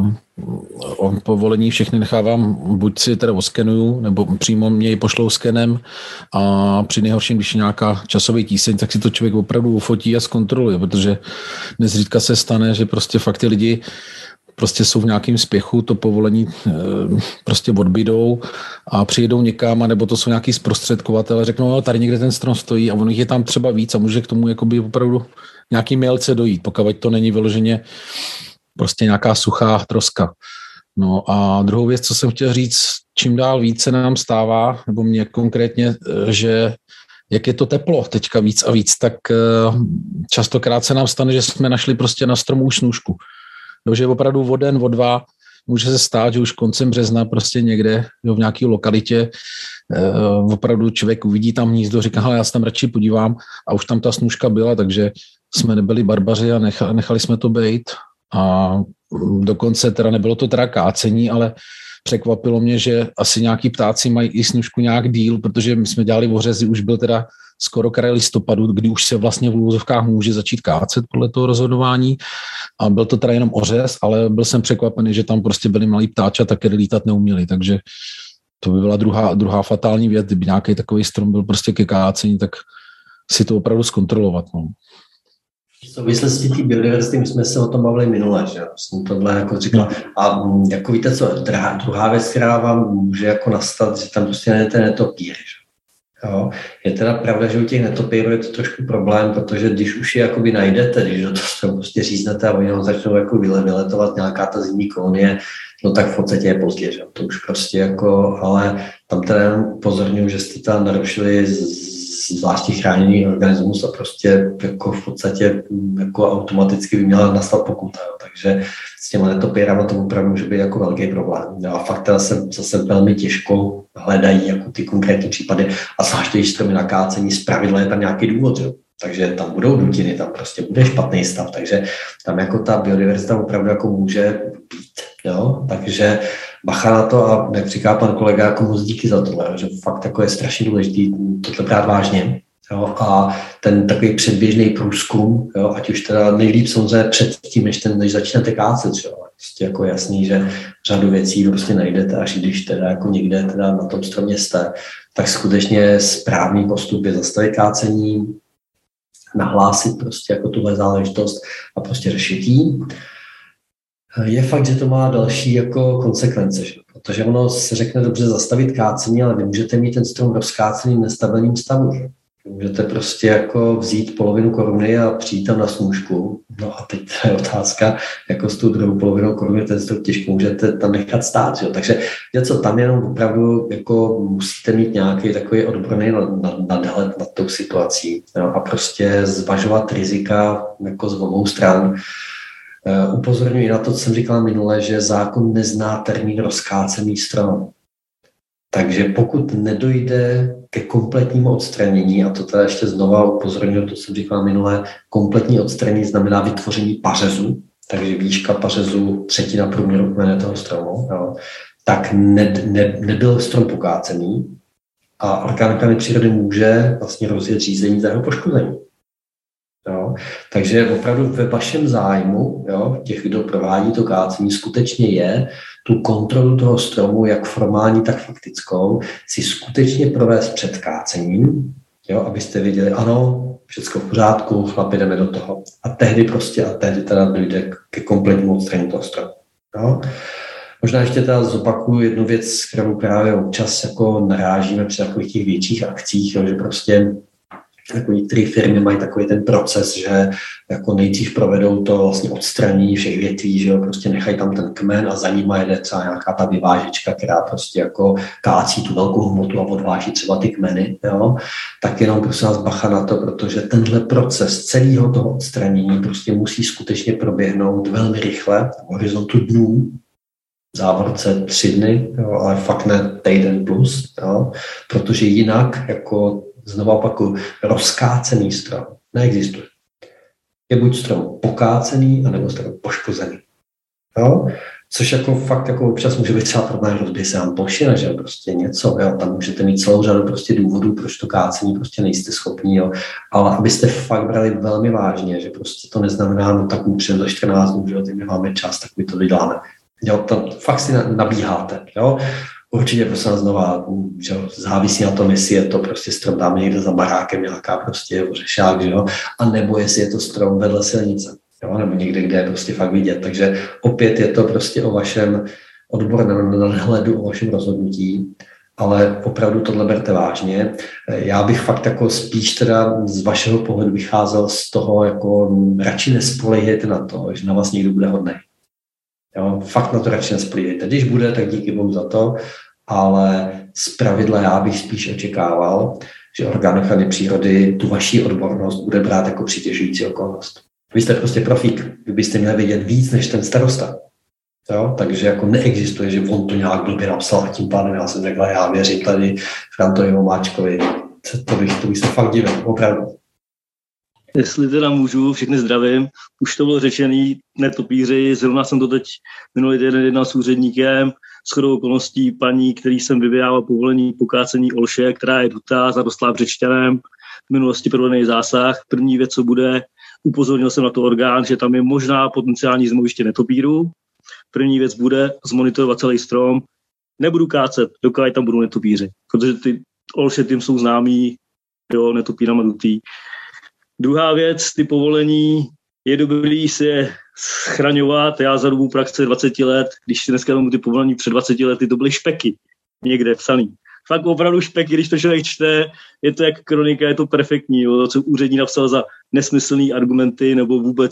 povolení všechny nechávám, buď si teda oskenuju, nebo přímo mě ji pošlou skenem a při nejhorším, když je nějaká časový tíseň, tak si to člověk opravdu ufotí a zkontroluje, protože nezřídka se stane, že prostě fakt ty lidi prostě jsou v nějakém spěchu, to povolení prostě odbydou a přijedou někam, nebo to jsou nějaký zprostředkovatele, řeknou, no, tady někde ten strom stojí a on je tam třeba víc a může k tomu jakoby opravdu nějaký mailce dojít, pokud to není vyloženě prostě nějaká suchá troska. No a druhou věc, co jsem chtěl říct, čím dál více nám stává, nebo mě konkrétně, že jak je to teplo teďka víc a víc, tak častokrát se nám stane, že jsme našli prostě na stromu už snůžku. No, že opravdu o den, o dva může se stát, že už koncem března prostě někde jo, v nějaké lokalitě eh, opravdu člověk uvidí tam hnízdo, říká, hele, já se tam radši podívám a už tam ta snůžka byla, takže jsme nebyli barbaři a nechali, nechali jsme to bejt a dokonce teda nebylo to teda kácení, ale překvapilo mě, že asi nějaký ptáci mají i snůžku nějak díl, protože my jsme dělali ořezy, už byl teda skoro kraj listopadu, kdy už se vlastně v úvozovkách může začít kácet podle toho rozhodování a byl to teda jenom ořez, ale byl jsem překvapený, že tam prostě byli malí ptáčata, které lítat neuměli, takže to by byla druhá, druhá fatální věc, kdyby nějaký takový strom byl prostě ke kácení, tak si to opravdu zkontrolovat. No. V souvislosti té biodiverzity, my jsme se o tom bavili minule, že jsem tohle jako říkal. A jako víte co, druhá, druhá věc, která vám může jako nastat, že tam prostě najdete netopíry, že? Jo. Je teda pravda, že u těch netopírů je to trošku problém, protože když už je jakoby najdete, když do toho prostě říznete a oni ho začnou jako vyletovat nějaká ta zimní kolonie, no tak v podstatě je pozdě, že? To už prostě jako, ale tam teda upozorňuji, že jste tam narušili zvláště chráněný organismus a prostě jako v podstatě jako automaticky by měla nastat pokuta, jo. Takže s těma netopírama to opravdu může být jako velký problém. Jo. A fakt teda se zase velmi těžko hledají jako ty konkrétní případy a zvláště když stromy na kácení zpravidla je tam nějaký důvod, jo. Takže tam budou dutiny, tam prostě bude špatný stav, takže tam jako ta biodiverzita opravdu jako může být, jo. Takže bacha na to a jak říká pan kolega, jako moc díky za tohle, že fakt jako je strašně důležitý tohle brát vážně. Jo, a ten takový předběžný průzkum, jo, ať už teda nejlíp samozřejmě před tím, než, ten, než začnete kácet, jo, prostě jako jasný, že řadu věcí prostě najdete, až když teda jako někde teda na tom stromě jste, tak skutečně správný postup je zastavit kácení, nahlásit prostě jako tuhle záležitost a prostě řešit jí. Je fakt, že to má další jako konsekvence, že? Protože ono se řekne dobře zastavit kácení, ale vy můžete mít ten strom rozkácený v nestabilním stavu. Že? Můžete prostě jako vzít polovinu koruny a přijít tam na snůžku. No a teď je otázka, jako s tou druhou polovinou koruny ten strom těžko můžete tam nechat stát. Že? Takže něco tam jenom opravdu jako musíte mít nějaký takový odborný nadhled nad tou situací, jo? A prostě zvažovat rizika jako z obou stran. Uh, upozorňuji na to, co jsem říkal minule, že zákon nezná termín rozkácený strom. Takže pokud nedojde ke kompletnímu odstranění, a to teda ještě znova upozorňuji, to jsem říkal minule, kompletní odstranění znamená vytvoření pařezu, takže výška pařezu třetina průměru kmene toho stromu, jo, tak ne, ne, nebyl strom pokácený a orgán ochrany přírody může vlastně rozjet řízení za jeho poškození. Jo. Takže opravdu ve vašem zájmu, jo, těch, kdo provádí to kácení, skutečně je tu kontrolu toho stromu, jak formální, tak faktickou, si skutečně provést před kácením, jo, abyste věděli, ano, všechno v pořádku, chlapi, jdeme do toho. A tehdy prostě, a tehdy teda dojde ke kompletnímu odstranění toho stromu. Jo. Možná ještě teda zopakuju jednu věc, kterou právě občas jako narážíme při takových těch větších akcích, jo, že prostě jako některé firmy mají takový ten proces, že jako nejdřív provedou to vlastně odstranění všech větví, že jo, prostě nechají tam ten kmen a za ním jede třeba nějaká ta vyvážečka, která prostě jako kácí tu velkou hmotu a odváží třeba ty kmeny, jo, tak jenom prosím vás bacha na to, protože tenhle proces celého toho odstranění prostě musí skutečně proběhnout velmi rychle, v horizontu dnů, v závorce tři dny, jo, ale fakt ne týden plus, jo, protože jinak jako znovu opakuju, rozkácený strom neexistuje. Je buď strom pokácený, anebo strom poškozený. Jo? Což jako fakt jako občas může být třeba problém, rozbije se vám plošina, že prostě něco, jo? Tam můžete mít celou řadu prostě důvodů, proč to kácení prostě nejste schopní, jo? Ale abyste fakt brali velmi vážně, že prostě to neznamená, no tak můžeme za čtrnáct dnů, že jo, teď máme čas, tak my to vydáme. Jo? Tam fakt si nabíháte, jo? Určitě prostě znova, že závisí na tom, jestli je to prostě strom dáme někde za barákem, nějaká prostě ořešák, že jo, a nebo jestli je to strom vedle silnice, jo, nebo někde, kde je prostě fakt vidět. Takže opět je to prostě o vašem odborném nadhledu, o vašem rozhodnutí, ale opravdu tohle berte vážně. Já bych fakt jako spíš teda z vašeho pohledu vycházel z toho, jako radši nespolehejte na to, že na vás někdo bude hodnej. Jo, fakt na to radši nespolíhejte. Když bude, tak díky bohu za to, ale zpravidla já bych spíš očekával, že orgán ochrany přírody tu vaši odbornost bude brát jako přitěžující okolnost. Vy jste prostě profík, vy byste měli vědět víc než ten starosta. Jo? Takže jako neexistuje, že on to nějak blbě napsal a tím pádem já jsem řekla, já věřím tady Frantovi Vomáčkovi. To bych, to bych se fakt divil, opravdu. Jestli teda můžu, všechny zdravím. Už to bylo řečený, netopíři, zrovna jsem to teď minulý týden jednal s úředníkem, shodou okolností paní, který jsem vyvějával povolení pokácení olše, která je dutá, zarostlá břečťanem, v minulosti provedený zásah. První věc, co bude, upozornil jsem na to orgán, že tam je možná potenciální zmoviště netopíru. První věc bude zmonitorovat celý strom. Nebudu kácet, dokud tam budou netopíři, protože ty olše tím jsou známí, jo, netopírama dutý. Druhá věc, ty povolení, je dobrý si je schraňovat. Já za dobu praxe dvacet let, když si dneska tomu ty povolení před dvaceti lety, to byly špeky někde psaný. Fakt opravdu špeky, když to člověk čte, je to jak kronika, je to perfektní. Jo, co úřední napsal za nesmyslný argumenty nebo vůbec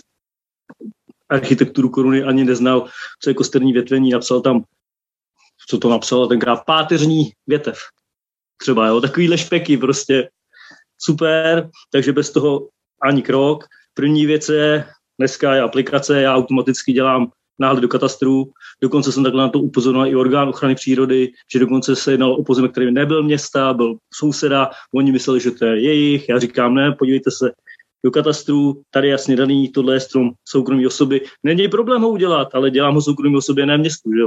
architekturu koruny ani neznal, co je kosterní větvení, napsal tam, co to napsal tenkrát, páteřní větev. Třeba, jo, takovýhle špeky prostě. Super, takže bez toho ani krok. První věc je, dneska je aplikace, já automaticky dělám náhled do katastru, dokonce jsem takhle na to upozornil i orgán ochrany přírody, že dokonce se jednalo o pozemek, který nebyl města, byl souseda, oni mysleli, že to je jejich, já říkám ne, podívejte se do katastru, tady jasně daný, tohle je strom soukromí osoby, není problém ho udělat, ale dělám ho soukromí osobě, ne městu, že jo.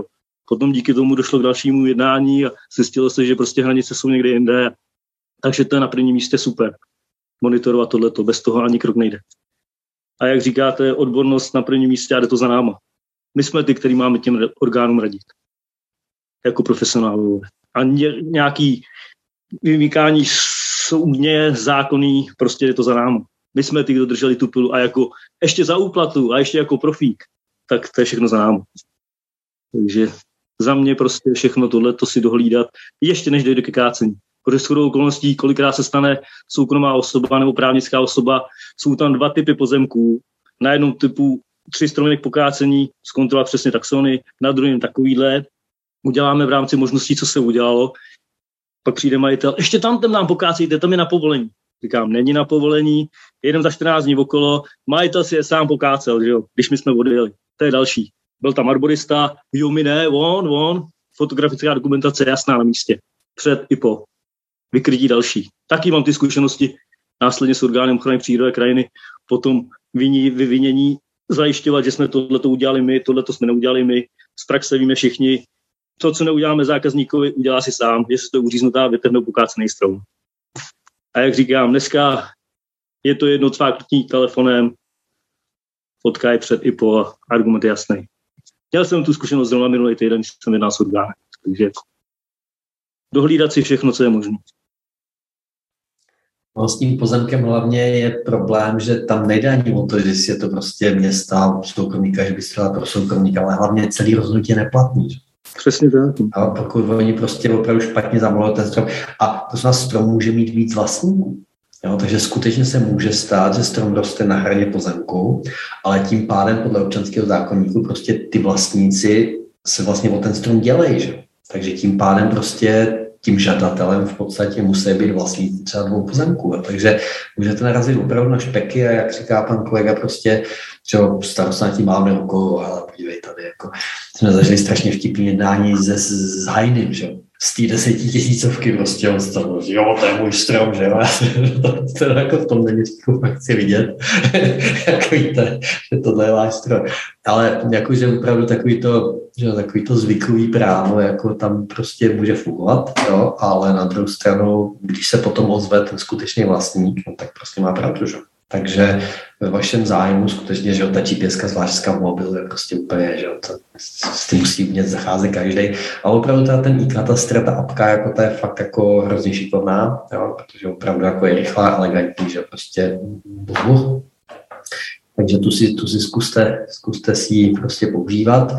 Potom díky tomu došlo k dalšímu jednání a zjistilo se, že prostě hranice jsou někde jinde. Takže to je na prvním místě super. Monitorovat tohleto, bez toho ani krok nejde. A jak říkáte, odbornost na prvním místě a jde to za náma. My jsme ty, který máme těm orgánům radit. Jako profesionálové. A nějaký vymykání soudně zákonný, prostě je to za náma. My jsme ty, kdo drželi tu pilu a jako ještě za úplatu a ještě jako profík, tak to je všechno za náma. Takže za mě prostě všechno tohleto si dohlídat, ještě než dojde ke kácení. Protože shodou okolností, kolikrát se stane soukromá osoba nebo právnická osoba, jsou tam dva typy pozemků. Na jednom typu tři stromy k pokácení, zkontrolovat přesně taxony, na druhém takovýhle. Uděláme v rámci možností, co se udělalo. Pak přijde majitel, ještě tam tam nám pokácejte, tam je na povolení. Říkám, není na povolení, jedem za čtrnáct dní okolo, majitel si je sám pokácel, že jo, když my jsme odjeli. To je další. Byl tam arborista, jo, my ne, on, on, fotografická dokumentace jasná na místě. Před i po. Vykrytí další. Taky mám ty zkušenosti následně s orgánem ochrany přírody a krajiny, potom viní, vyvinění, zajišťovat, že jsme tohleto udělali my, tohleto jsme neudělali my, z praxe víme všichni, to, co neuděláme zákazníkovi, udělá si sám, jestli to uříznutá vytrhnou pokácený strom. A jak říkám, dneska je to jedno cváknutí telefonem, fotka je před i po, argument je jasný. Měl jsem tu zkušenost zrovna minulý týden, když jsem jednal s orgánem, takže dohlídat si všechno, co je možné. No, s tím pozemkem hlavně je problém, že tam nejde ani o to, že je to prostě města, soukromníka, že by střela pro soukromníka, ale hlavně celý rozhodnutí je neplatný. Že? Přesně tak. A pokud oni prostě opravdu špatně zamluvají ten strom. A to znamená, strom může mít víc vlastníků. Jo, takže skutečně se může stát, že strom roste na hraně pozemku, ale tím pádem podle občanského zákoníku prostě ty vlastníci se vlastně o ten strom dělají. Že? Takže tím pádem prostě tím žadatelem v podstatě musí být vlastníci třeba dvou pozemků. Jo? Takže můžete narazit opravdu na špeky a jak říká pan kolega prostě, že starosta na tím máme rukou, ale podívej tady, jako jsme zažili strašně vtipný jednání se, s, s Hajnym, že z té desetitisícovky prostě on stalo, že jo, to je můj strom, že jo, to, to jako v tom deníčku fakt chci vidět, jak víte, že tohle je váš strom. Ale jakože opravdu takový to, že takový to zvykový právo, jako tam prostě může fungovat, jo, ale na druhou stranu, když se potom ozve ten skutečný vlastník, no, tak prostě má pravdu, že? Takže ve vašem zájmu skutečně, že ta G P S ka zvlášť v mobilu je prostě úplně, že to, s tím musí umět zacházet každý. A opravdu teda ten e-katastr, ta apka, jako ta je fakt jako hrozně šikovná, jo, protože opravdu jako je rychlá, elegantní, že prostě bohu. Takže tu si, tu si zkuste, zkuste si ji prostě používat.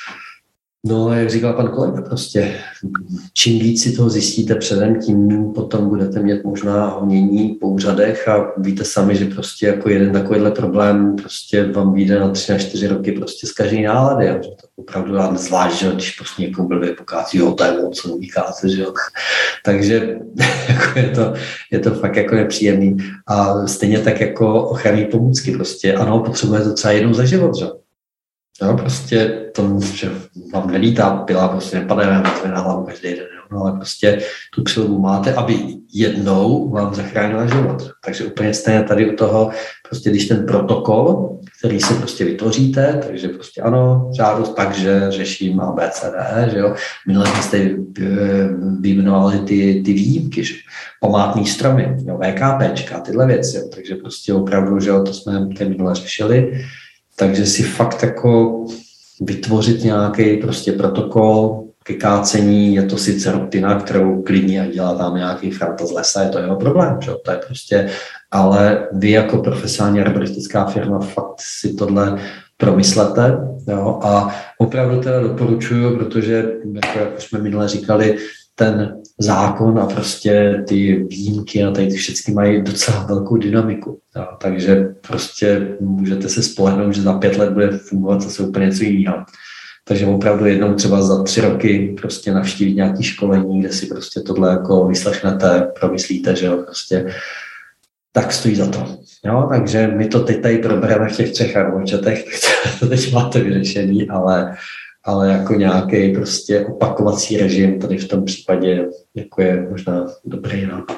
No, jak říkal pan kolega, prostě čím víc si toho zjistíte předem, tím potom budete mít možná honění po úřadech a víte sami, že prostě jako jeden takovýhle problém prostě vám vyjde na tři, na čtyři roky prostě z každý nálady, že to opravdu vám zvlášť, že když prostě někomu blbě pokácí, jo, to je moc, co vykáce, že jo. Takže jako je, to, je to fakt jako nepříjemný. A stejně tak jako ochranné pomůcky prostě, ano, potřebuje to třeba jednou za život, že? No, prostě to, že vám nelítá pila, prostě nepadá vám na hlavu každý den, no, ale prostě tu přilbu máte, aby jednou vám zachránila život. Takže úplně stejně tady u toho, prostě když ten protokol, který si prostě vytvoříte, takže prostě ano, žádost tak, že řeším A, B, C, D, E, že jo. Minule jste vyjmenovali ty, ty výjimky, že památný stromy, jo, VKPčka, tyhle věci, jo. Takže prostě opravdu, že jo, to jsme tady minule řešili. Takže si fakt jako vytvořit nějaký prostě protokol ke kácení, je to sice rutina, kterou klidně dělá tam nějaký franta z lesa, je to jeho problém, že? To je prostě, ale vy jako profesionální arboristická firma fakt si tohle promyslete, jo? A opravdu teda doporučuju, protože jako, jak jsme minule říkali, ten zákon a prostě ty výjimky a tady ty všechny mají docela velkou dynamiku. Jo. Takže prostě můžete se spolehnout, že za pět let bude fungovat zase úplně něco jiného. Takže opravdu jednou třeba za tři roky prostě navštívit nějaké školení, kde si prostě tohle jako vyslechnete, promyslíte, že jo, prostě tak stojí za to. Jo, takže my to teď tady probereme v těch třech arbočetech, to teď máte vyřešený, ale ale jako nějaký prostě opakovací režim tady v tom případě jako je možná dobrý nápad.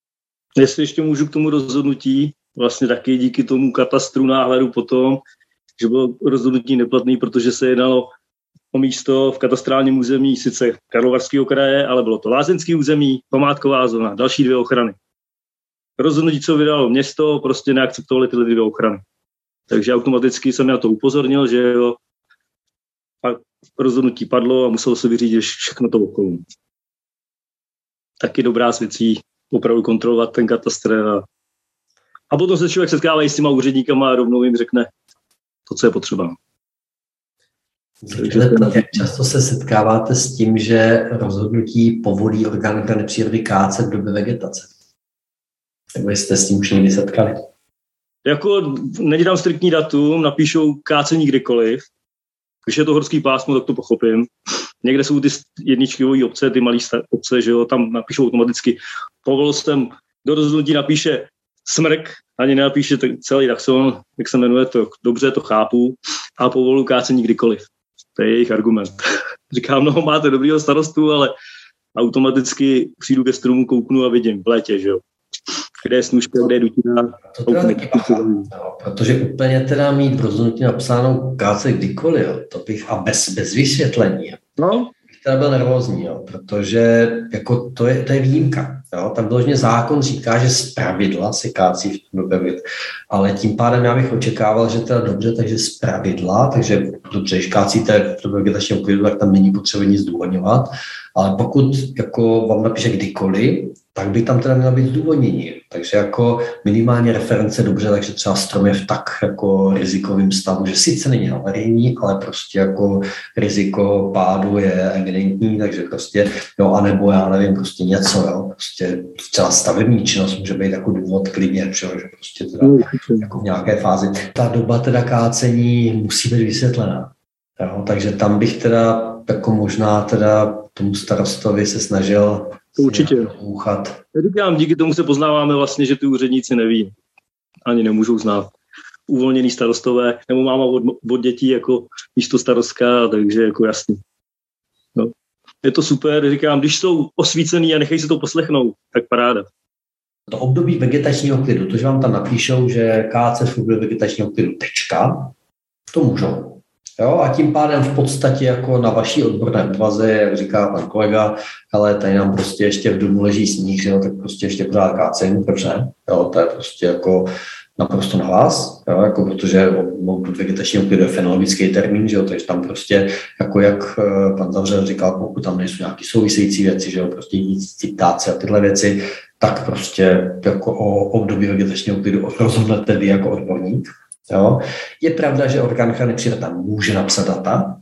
Jestli ještě můžu k tomu rozhodnutí, vlastně taky díky tomu katastru náhledu potom, že bylo rozhodnutí neplatné, protože se jednalo o místo v katastrálním území sice Karlovarského kraje, ale bylo to lázeňské území, památková zóna, další dvě ochrany. Rozhodnutí, co vydalo město, prostě neakceptovali tyhle dvě ochrany. Takže automaticky jsem na to upozornil, že jo, a rozhodnutí padlo a muselo se vyřídit všechno to okolo. Taky dobrá s věcí opravdu kontrolovat ten katastr. A, a potom se člověk setkává s těma úředníkama a rovnou jim řekne to, co je potřeba. Takže jak často se setkáváte s tím, že rozhodnutí povolí orgán ochrany přírody kácet v době vegetace? Nebo jste s tím už někdy setkali? Jako nedělám striktní datum, napíšou kácení kdykoliv. Když je to horský pásmo, tak to pochopím. Někde jsou ty jedničkové obce, ty malé obce, že jo, tam napíšou automaticky. Povolil jsem, do rozhodnutí napíše smrk, ani nenapíše celý taxon, jak se jmenuje, to dobře, to chápu, a povolu kácení kdykoliv. To je jejich argument. Říkám, no, máte dobrýho starostu, ale automaticky přijdu ke stromu, kouknu a vidím v létě, že jo. Kde je snůžka, kde je dutina. No, protože úplně teda mít v rozhodnutí napsánou kácet kdykoliv, jo, to bych, a bez, bez vysvětlení. No. Bych teda byl nervózní, jo, protože jako to, je, to je výjimka. Jo. Tam vyloženě zákon říká, že zpravidla se kácí v tom době, ale tím pádem já bych očekával, že teda dobře, takže zpravidla, takže dobře, když kácíte v tom vegetačním klidu, tak tam není potřeba nic zdůvodňovat, ale pokud jako vám napíše kdykoliv, tak by tam teda měla být zdůvodnění. Takže jako minimálně reference dobře, takže třeba strom je v tak jako rizikovém stavu, že sice není havarijní, ale prostě jako riziko pádu je evidentní, takže prostě, jo, anebo já nevím, prostě něco, jo, prostě třeba stavební činnost může být jako důvod klidně, že prostě teda jako v nějaké fázi. Ta doba teda kácení musí být vysvětlená, jo, takže tam bych teda jako možná teda tomu starostovi se snažil určitě úchat. Říkám, díky tomu se poznáváme vlastně, že ty úředníci neví, ani nemůžou znát uvolněný starostové, nebo máma od, od dětí jako místo starostka, takže jako jasný. No. Je to super, říkám, když jsou osvícený a nechají se to poslechnout, tak paráda. To období vegetačního klidu, to, že vám tam napíšou, že kácet v období vegetačního klidu tečka, to můžou. Jo, a tím pádem v podstatě jako na vaší odborné úvaze, jak říká pan kolega, ale tady nám prostě ještě v domu leží sníh, jo, tak prostě ještě pořád kácení, proč ne? Jo, to je prostě jako naprosto na vás, jo, jako protože období vegetačního klidu je fenologický termín, že jo, takže tam prostě, jako jak pan Zavřel říkal, pokud tam nejsou nějaké související věci, že jo, prostě nic, citáce a tyhle věci, tak prostě jako o období vegetačního klidu rozhodnete vy jako odborník. Jo. Je pravda, že orgán ochrany přírody tam může napsat data,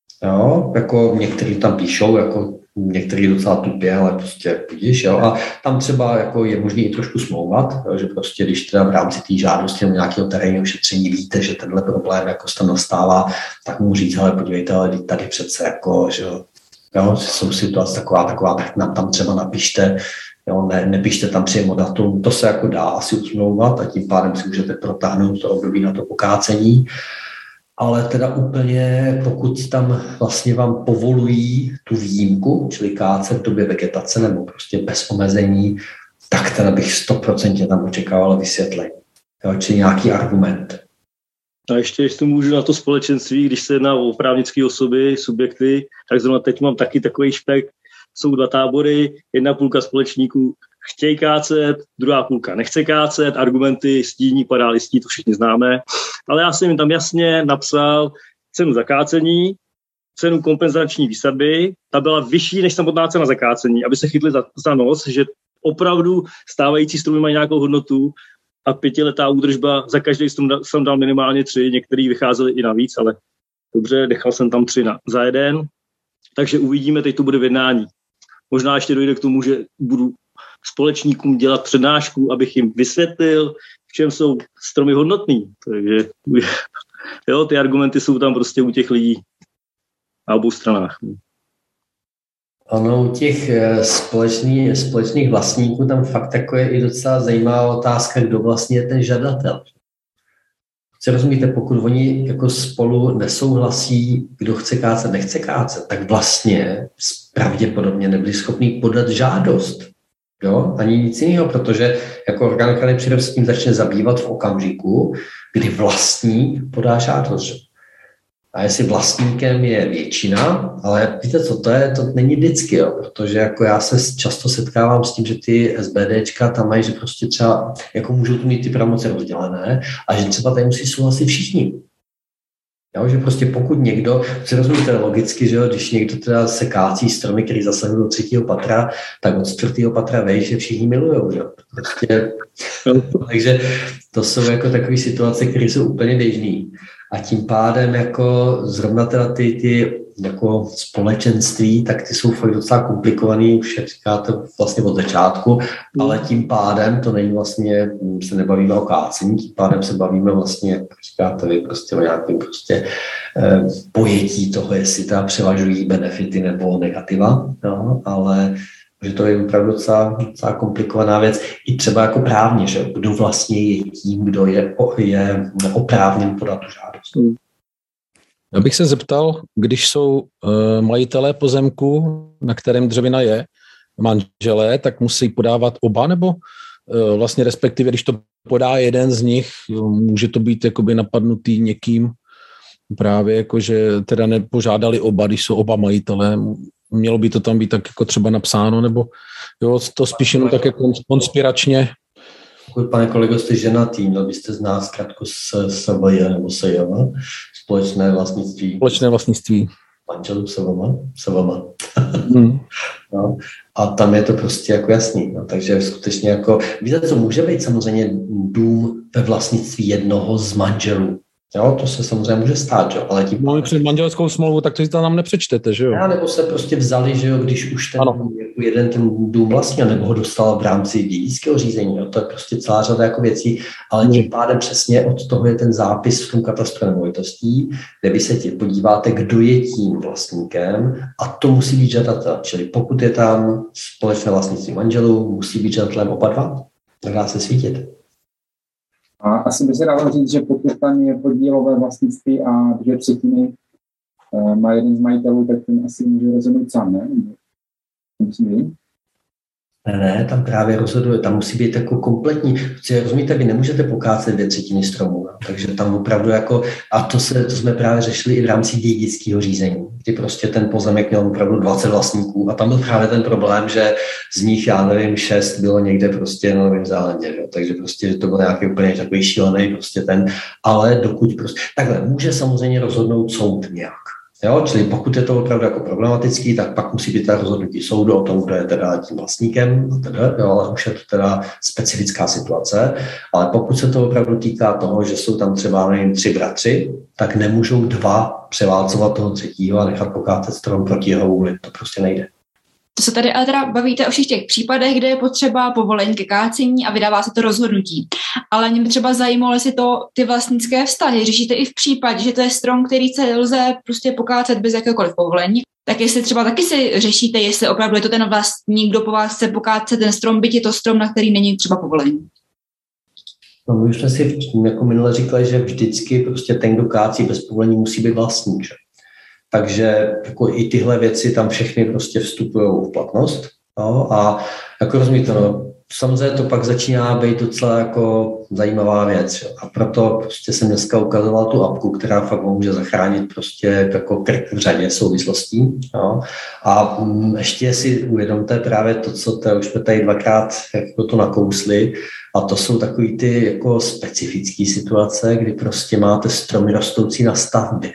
jo, jako někteří tam píšou, jako některý docela tupě, ale prostě vidíš, jo, a tam třeba jako je možné i trošku smlouvat, jo, že prostě když teda v rámci té žádosti nebo nějakého terénního šetření víte, že tenhle problém jako tam nastává, tak mu říct, hele, podívejte, ale tady přece jako, že jo, jo, jsou situace taková, taková, tak nám tam třeba napište, jo, ne, nepíšte tam přímo datum, to se jako dá asi usmlouvat a tím pádem si můžete protáhnout to období na to pokácení. Ale teda úplně, pokud tam vlastně vám povolují tu výjimku, čili kácet v době vegetace nebo prostě bez omezení, tak teda bych sto procent tam očekával vysvětlení, jo, či nějaký argument. A ještě, jestli můžu na to společenství, když se jedná o právnické osoby, subjekty, tak zrovna teď mám taky takový špek, jsou dva tábory, jedna půlka společníků chtějí kácet, druhá půlka nechce kácet, argumenty stíní, padá listí, to všichni známe, ale já jsem jim tam jasně napsal cenu zakácení, cenu kompenzační výsadby, ta byla vyšší než samotná cena zakácení, aby se chytli za, za nos, že opravdu stávající stromy mají nějakou hodnotu a pětiletá údržba, za každý strom jsem dal minimálně tři, některý vycházeli i navíc, ale dobře, nechal jsem tam tři na, za jeden, takže uvidíme, teď to bude v jednání. Možná ještě dojde k tomu, že budu společníkům dělat přednášku, abych jim vysvětlil, v čem jsou stromy hodnotný. Takže jo, ty argumenty jsou tam prostě u těch lidí na obou stranách. Ono u těch společný, společných vlastníků tam fakt jako je i docela zajímavá otázka, kdo vlastně je ten žadatel. Si rozumíte, pokud oni jako spolu nesouhlasí, kdo chce kácet, nechce kácet, tak vlastně pravděpodobně nebyli schopni podat žádost Jo, ani nic jiného, protože jako orgán ochrany přírody s tím začne zabývat v okamžiku, kdy vlastník podá žádost. A jestli vlastníkem je většina, ale víte co, to je, to není vždycky, jo, protože jako já se často setkávám s tím, že ty SBDčka tam mají, že prostě třeba jako můžou tu mít ty pravomoci rozdělené a že třeba tady musí souhlasit všichni. Jo, že prostě pokud někdo, si rozumíte logicky, že jo, když někdo teda se kácí stromy, který zasahují do třetího patra, tak od čtvrtého patra vejš, že všichni milujou, že jo. Prostě, takže to jsou jako takové situace, které jsou úplně běžné. A tím pádem jako zrovna teda ty, ty jako společenství, tak ty jsou fakt docela komplikovaný, už jak říkáte vlastně od začátku, ale tím pádem to není vlastně, se nebavíme o kácení, tím pádem se bavíme vlastně, jak říkáte vy, prostě o nějakém prostě eh, pojetí toho, jestli teda převažují benefity nebo negativa, no, ale že to je opravdu docela, docela komplikovaná věc. I třeba jako právně, že kdo vlastně je tím, kdo je, je oprávněn podat tu žádost. Já bych se zeptal, když jsou uh, majitelé pozemku, na kterém dřevina je, manželé, tak musí podávat oba, nebo uh, vlastně respektive, když to podá jeden z nich, může to být jakoby napadnutý někým právě, jako že teda nepožádali oba, když jsou oba majitelé. Mělo by to tam být tak jako třeba napsáno, nebo jo, to spíš jenom tak jako konspiračně. Pokud, pane kolego, jste ženatý, měl byste znát zkrátku s S V J nebo S J V, společné vlastnictví. Společné vlastnictví. Manželů s vama, s vama. Hmm. No, a tam je to prostě jako jasný. No, takže skutečně jako, víte, co může být samozřejmě dům ve vlastnictví jednoho z manželů. Jo, to se samozřejmě může stát, že? Ale tím... Máme před manželskou smlouvu, tak to si to nám nepřečtete, že jo? Já, nebo se prostě vzali, že jo, když už ten jeden ten dům vlastnil, nebo ho dostal v rámci dědického řízení, jo? To je prostě celá řada jako věcí, ale tím pádem přesně od toho je ten zápis v tom katastru nemovitostí, kde vy se tě podíváte, kdo je tím vlastníkem a to musí být žadatel. Čili pokud je tam společné vlastnictví manželů, musí být žadatelem oba dva, tak dá se svítit. A asi by se dalo říct, že pokud tam je podílové vlastnictví a dvě třetiny e, má jeden z majitelů, tak ten asi může rozhodnout sám, ne? Musím Ne, ne, tam právě rozhoduje, tam musí být jako kompletní. Rozumíte, vy nemůžete pokácet dvě třetiny stromů, no? Takže tam opravdu jako, a to, se, to jsme právě řešili i v rámci dědického řízení, kdy prostě ten pozemek měl opravdu dvacet vlastníků a tam byl právě ten problém, že z nich, já nevím, šest bylo někde prostě na Novém Zélandě, jo? Takže prostě, že to byl nějaký úplně takový šílený prostě ten, ale dokud prostě, takhle, může samozřejmě rozhodnout soud nějak. Jo, čili pokud je to opravdu jako problematický, tak pak musí být ta rozhodnutí soudu o tom, kdo je teda tím vlastníkem, teda, jo, ale už je to teda specifická situace. Ale pokud se to opravdu týká toho, že jsou tam třeba nevím, tři bratři, tak nemůžou dva převálcovat toho třetího a nechat pokácet strom proti jeho vůli. To prostě nejde. To se tady ale teda bavíte o všech těch případech, kde je potřeba povolení ke kácení a vydává se to rozhodnutí. Ale mě třeba zajímalo, jestli to ty vlastnické vztahy řešíte i v případě, že to je strom, který se lze prostě pokácet bez jakéhokoliv povolení. Tak jestli třeba taky si řešíte, jestli opravdu je to ten vlastník, kdo po vás chce pokácet ten strom, byť je to strom, na který není třeba povolení. No, my už jsme si jako minule říkali, že vždycky prostě ten, kdo kácí bez povolení, musí být vlastník. Takže jako i tyhle věci tam všechny prostě vstupují v platnost. No, a jako rozumíte, no, samozřejmě to pak začíná být docela jako zajímavá věc. Jo. A proto prostě jsem dneska ukazoval tu apku, která fakt může zachránit prostě jako krk v řadě souvislostí. Jo. A um, ještě si uvědomte právě to, co to, už jsme tady dvakrát jako to nakousli, a to jsou takový ty jako specifické situace, kdy prostě máte stromy rostoucí na stavbě.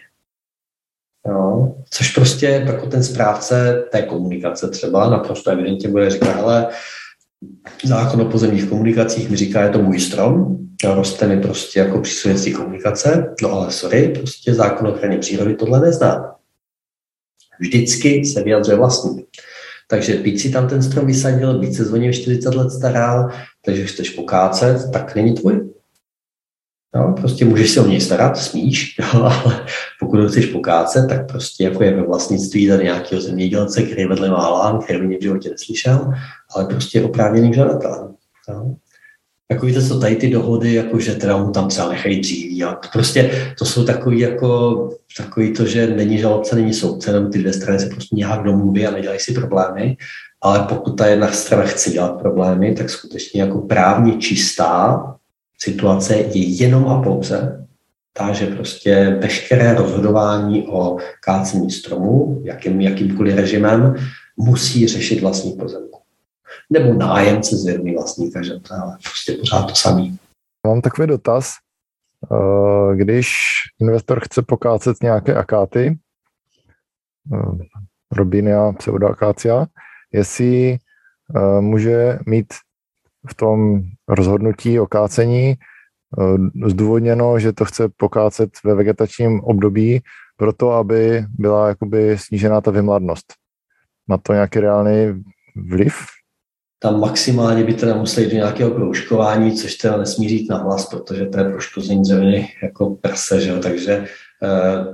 Jo, což prostě jako ten správce té komunikace třeba naprosto evidentně bude říkat, ale zákon o pozemních komunikacích mi říká, je to můj strom, roste mi prostě jako příslušecí komunikace, no ale sorry, prostě zákon o ochraně přírody tohle nezná. Vždycky se vyjadřuje vlastník. Takže byť si tam ten strom vysadil, byť se zvoní čtyřicet let staral, takže chceš pokácet, tak není tvůj. No, prostě můžeš se o něj starat, smíš, jo, ale pokud ho chceš pokácet, tak prostě jako je ve vlastnictví tady nějakého zemědělce, který vedle má lán, který by v životě neslyšel, ale prostě je oprávněným žadatelem. No. Jako víte, co tady ty dohody, jako že teda mu tam třeba nechají dříví. A prostě to jsou takový jako takový to, že není žalobce, není soudce, nebo ty dvě strany se prostě nějak domluví a nedělají si problémy. ale pokud ta jedna strana chce dělat problémy, tak skutečně jako právně čistá situace je jenom a pouze ta, že prostě veškeré rozhodování o kácení stromů, jakým, jakýmkoliv režimem, musí řešit vlastník pozemku. Nebo nájemce z firmy vlastníka, že to je prostě pořád to samý. Mám takový dotaz. Když investor chce pokácet nějaké akáty, Robinia, pseudoakácia, jestli může mít v tom rozhodnutí o kácení zdůvodněno, že to chce pokácet ve vegetačním období proto, aby byla jakoby snížená ta vymladnost. Má to nějaký reálný vliv? Tam maximálně by teda museli do nějakého proužkování, což teda nesmí říct nahlas, protože to je poškození dřeviny jako prse, že jo? Takže eh,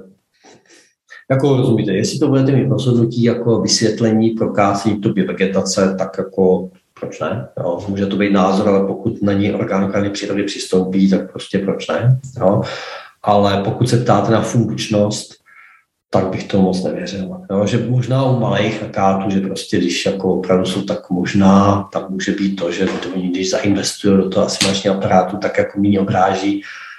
jako rozumíte, jestli to budete mít rozhodnutí jako vysvětlení pro kácení tobě vegetace, tak jako proč ne? Jo? Může to být názor, ale pokud na ní orgán ochrany přírody přistoupí, tak prostě proč ne? Jo? Ale pokud se ptáte na funkčnost, tak bych to moc nevěřil. Jo? Že možná u malých akátů, že prostě když jako opravdu jsou tak možná, tak může být to, že oni, když zainvestují do toho asimačního aparátu, tak jako méně obráží.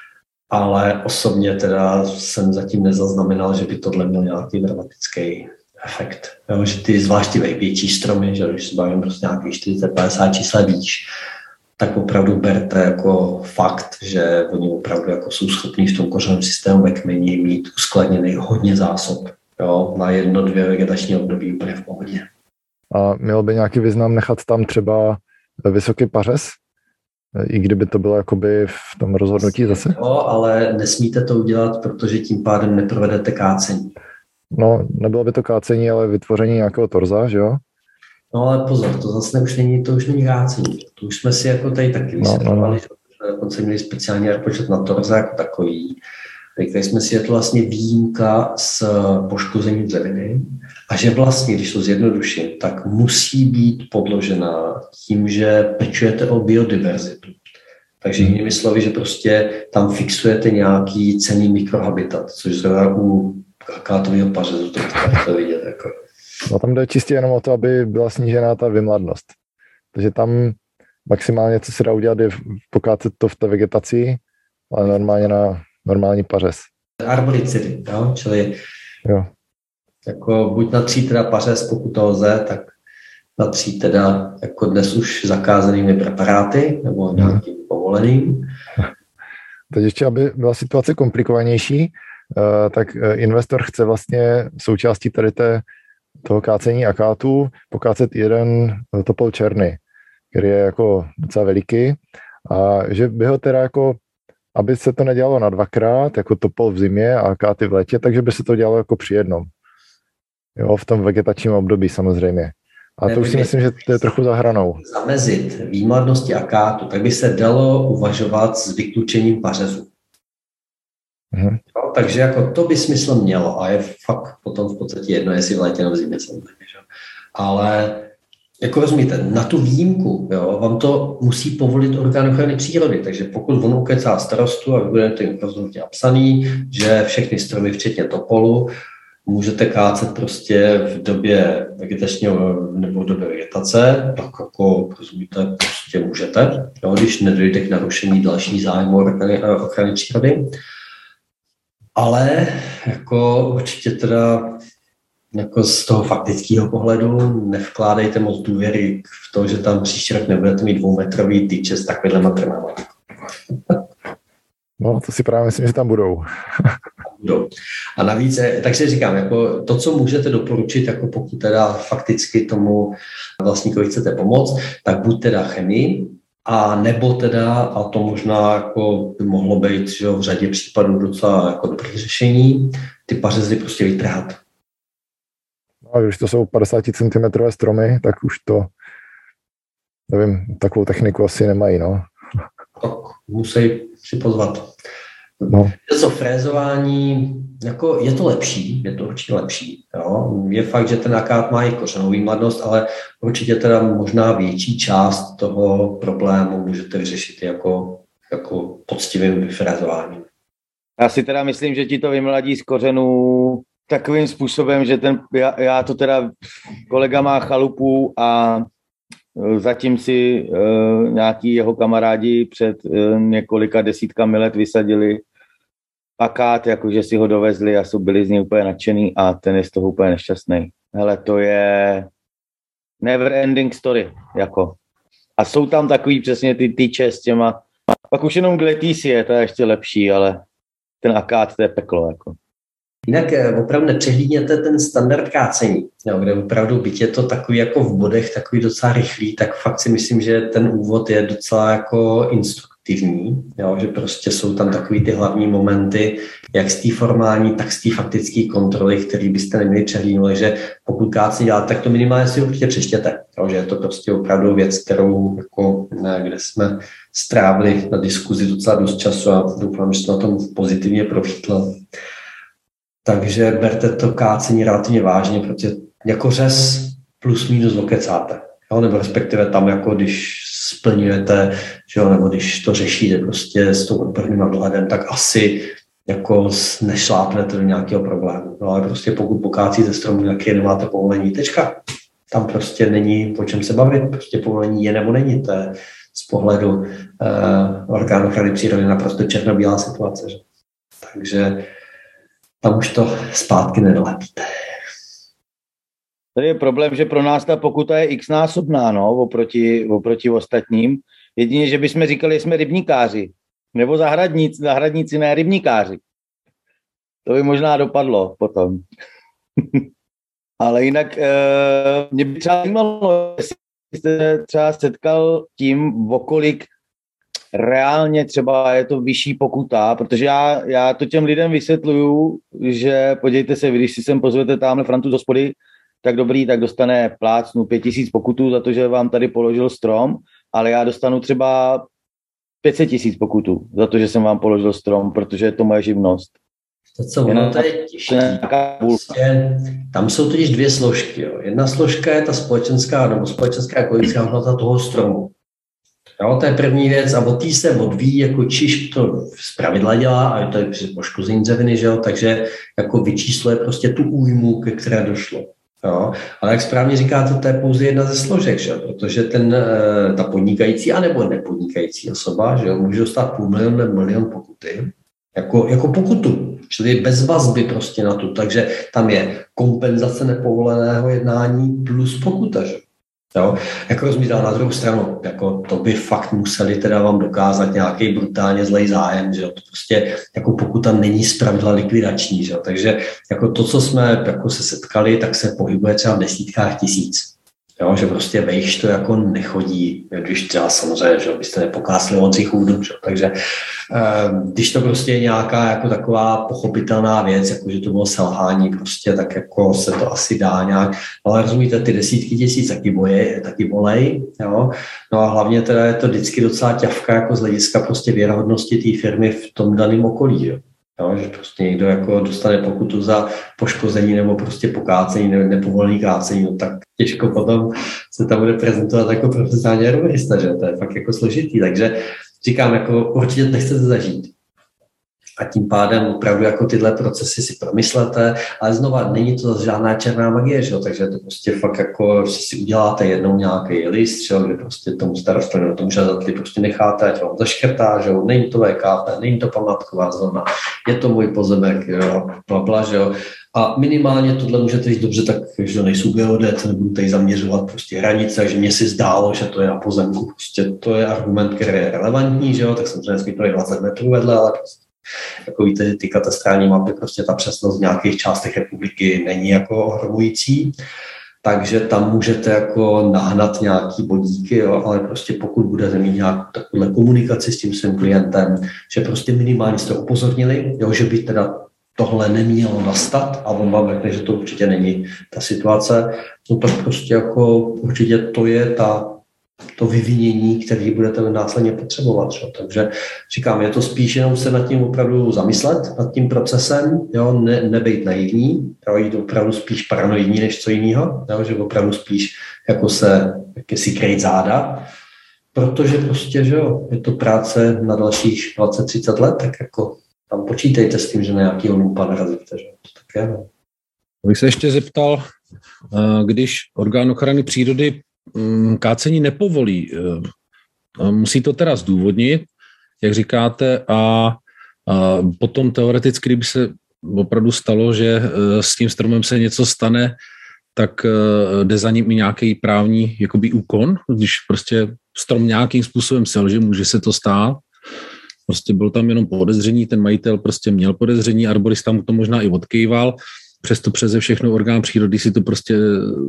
Ale osobně teda jsem zatím nezaznamenal, že by tohle měl nějaký dramatický efekt. Jo? Že ty zvláště větší stromy, že když se bavím prostě nějakých čtyřicet padesát čísel výš, tak opravdu berte jako fakt, že oni opravdu jako jsou schopní v tom kořenovém systému ve kmeni mít uskladněných hodně zásob. Jo? Na jedno, dvě vegetační období úplně v pohodě. A mělo by nějaký význam nechat tam třeba vysoký pařez? I kdyby to bylo jakoby v tom rozhodnutí zase? Jo, ale nesmíte to udělat, protože tím pádem neprovedete kácení. No, nebylo by to kácení, ale vytvoření nějakého torza, že jo? No ale pozor, to zase už není, to už není kácení. To už jsme si jako tady taky vysvětlovali, no, no, no. že dokonce měli speciální rozpočet na torza jako takový. Tady jsme si, je to vlastně výjimka z poškození dřeviny a že vlastně, když to zjednoduším, tak musí být podložena tím, že pečujete o biodiverzitu. Takže jinými slovy, že prostě tam fixujete nějaký cenný mikrohabitat, což zrovna u akátového pařezu to to vidět. Jako. No tam jde čistě jenom o to, aby byla snížená ta vymladnost. Takže tam maximálně, co se dá udělat, je pokácet to v té vegetaci, ale normálně na normální pařez. Arboricidy, jo? Čili jo. Jako buď natřít teda pařez, pokud to lze, tak natřít teda jako dnes už zakázanými preparáty nebo nějakým hmm. povoleným. Teď ještě, aby byla situace komplikovanější, tak investor chce vlastně součástí tady té, toho kácení akátu pokácet jeden topol černý, který je jako docela veliký a že by ho teda jako, aby se to nedělalo na dvakrát, jako topol v zimě a akáty v létě, takže by se to dělalo jako při jednom. Jo, v tom vegetačním období samozřejmě. A to už si myslím, že to je trochu za hranou. Zamezit výmladnosti akátu, tak by se dalo uvažovat s vyklíčením pařezu. Mhm. Jo, takže jako to by smysl mělo a je fakt potom v podstatě jedno, jestli v létě nebo v zimě. Ale jako rozumíte, na tu výjimku, jo, vám to musí povolit orgán ochrany přírody, takže pokud on ukecá starostu a vy budete rozhodnutě napsaný, že všechny stromy, včetně topolu, můžete kácet prostě v době vegetačního nebo v době vegetace, tak jako rozumíte, prostě můžete, jo, když nedojde k narušení další zájmu ochrany, ochrany přírody. Ale jako určitě teda jako z toho faktického pohledu nevkládejte moc důvěry v to, že tam příští rok nebudete mít dvoumetrový tyče s takovýhlema trnama. No, to si právě myslím, že tam budou. budou. A navíc, takže říkám, jako to, co můžete doporučit, jako pokud teda fakticky tomu vlastníkovi chcete pomoct, tak buď teda chemii, a nebo teda, a to možná jako by mohlo být, že v řadě případů docela jako dobré řešení, ty pařezy prostě vytrhat. No a když to jsou padesát centimetrové stromy, tak už to, nevím, takovou techniku asi nemají, no. Tak musí si pozvat. No. Co frézování, jako je to lepší, je to určitě lepší. Jo? Je fakt, že ten akát má i kořenovou výmladnost, ale určitě teda možná větší část toho problému můžete vyřešit jako, jako poctivým vyfrézováním. Já si teda myslím, že ti to vymladí z kořenů takovým způsobem, že ten, já, já to teda, kolega má chalupu a zatím si uh, nějaký jeho kamarádi před uh, několika desítkami let vysadili akát, jakože si ho dovezli a jsou byli z něj úplně nadšený a ten je z toho úplně nešťastný. Hele, to je never ending story, jako. A jsou tam takový přesně ty tyče s těma, pak už jenom Gletísie, to je ještě lepší, ale ten akát, to je peklo, jako. Jinak opravdu nepřehlídněte ten standard kácení, jo, kde opravdu byť je to takový jako v bodech, takový docela rychlý, tak fakt si myslím, že ten úvod je docela jako instruktivní, jo, že prostě jsou tam takový ty hlavní momenty, jak z té formální, tak z té faktické kontroly, který byste neměli přehlídnout, že pokud kácení děláte, tak to minimálně si určitě přečtěte, jo, že je to prostě opravdu věc, kterou jako, ne, kde jsme strávili na diskuzi docela dost času a doufám, že to na tom pozitivně profitlo. Takže berte to kácení relativně vážně, protože jako řez plus minus okecáte. Jo? Nebo respektive tam, jako když splňujete, že jo? Nebo když to řešíte prostě s tou odborným nadhledem, tak asi jako nešlápnete do nějakého problému. No ale prostě pokud pokácíte stromu, jaký nemáte povolení, tečka. Tam prostě není o čem se bavit, prostě povolení je nebo není. To je z pohledu eh, orgánu ochrany přírody naprosto černobílá situace. Že? Takže tam už to zpátky nedolepíte. Tady je problém, že pro nás ta pokuta je x-násobná, no, oproti, oproti ostatním. Jedině, že bychom říkali, že jsme rybníkáři. Nebo zahradníci, zahradníci, ne rybníkáři. To by možná dopadlo potom. Ale jinak e, mě by třeba zajímalo, jestli jste třeba setkal tím, o kolik reálně třeba je to vyšší pokuta, protože já, já to těm lidem vysvětluju, že podívejte se, když si sem pozvete tamhle Frantu z hospody, tak dobrý, tak dostane plácnu pět tisíc pokutů za to, že vám tady položil strom, ale já dostanu třeba pět set tisíc pokutů za to, že jsem vám položil strom, protože je to moje živnost. To, co ono to je těžké. Vlastně, tam jsou totiž dvě složky. Jo. Jedna složka je ta společenská nebo společenská ekologická hodnota toho stromu. Jo, to je první věc a od té se odvíjí, jako čiž to zpravidla dělá a to je poškození dřeviny, že jo, takže jako vyčísluje prostě tu újmu, ke které došlo. Jo. Ale jak správně říkáte, to je pouze jedna ze složek, že jo, protože ten, ta podnikající anebo nepodnikající osoba, že jo, může dostat půl milion nebo milion pokuty, jako, jako pokutu, čili bez vazby prostě na to, takže tam je kompenzace nepovoleného jednání plus pokuta, že? Jo, jako rozumíte, na druhou stranu, jako to by fakt museli teda vám dokázat nějaký brutálně zlej zájem, že jo, to prostě jako pokuta není zpravidla likvidační, že jo, takže jako to, co jsme jako se setkali, tak se pohybuje třeba v desítkách tisíc. Jo, že prostě vejš to jako nechodí, když třeba samozřejmě, že byste nepokásli od říchů, takže když to prostě je nějaká jako taková pochopitelná věc, jako že to bylo selhání, prostě tak jako se to asi dá nějak, ale rozumíte, ty desítky tisíc taky boje, taky bolej, jo, no a hlavně teda je to vždycky docela ťavka jako z hlediska prostě věrohodnosti té firmy v tom daném okolí, jo. Jo, že prostě někdo jako dostane pokutu za poškození nebo prostě pokácení nebo nepovolený kácení, no tak těžko potom se tam bude prezentovat jako profesionální arborista, že to je fakt jako složitý, takže říkám, jako určitě nechcete zažít. A tím pádem opravdu jako tyhle procesy si promyslete, ale znova není to žádná černá magie, že jo? Takže to prostě fakt jako, že si uděláte jednou nějaký list, že jo? Kde prostě tomu starostovi na tom žadateli prostě necháte, ať vám zaškrtá, že jo? Není to V K P, není to památková zóna, je to můj pozemek, jo? Blabla, že jo? A minimálně tohle můžete říct dobře, tak že nejsou geodet, nebudu tady zaměřovat prostě hranice, že mně si zdálo, že to je na pozemku. Prostě to je argument, který je relevantní, že jo? Tak samozřejmě to je dvacet metrů vedle, ale prostě jako víte, ty katastrální mapy, prostě ta přesnost v nějakých částech republiky není jako ohromující, takže tam můžete jako nahnat nějaký bodíky, jo, ale prostě pokud budete mít nějakou takovou komunikaci s tím svým klientem, že prostě minimálně jste upozornili, jo, že by teda tohle nemělo nastat a on vám řekne, že to určitě není ta situace, no tak prostě jako určitě to je ta to vyvinění, který budete následně potřebovat. Čo? Takže říkám, je to spíš jenom se nad tím opravdu zamyslet, nad tím procesem, jo? Ne, nebejt naivní, jo? Jít opravdu spíš paranoidní než co jiného, jo? Že opravdu spíš jako se si krejt záda, protože prostě, že jo, je to práce na dalších dvacet třicet let, tak jako tam počítejte s tím, že na nějakýho lupa narazíte, že to tak je. Bych se ještě zeptal, když orgán ochrany přírody kácení nepovolí, musí to teda zdůvodnit, jak říkáte, a potom teoreticky, kdyby se opravdu stalo, že s tím stromem se něco stane, tak jde za ním i nějaký právní jakoby úkon, když prostě strom nějakým způsobem selže, může se to stát. Prostě bylo tam jenom podezření, ten majitel prostě měl podezření, arborista mu to možná i odkýval, přesto přeze všechno orgán přírody si to prostě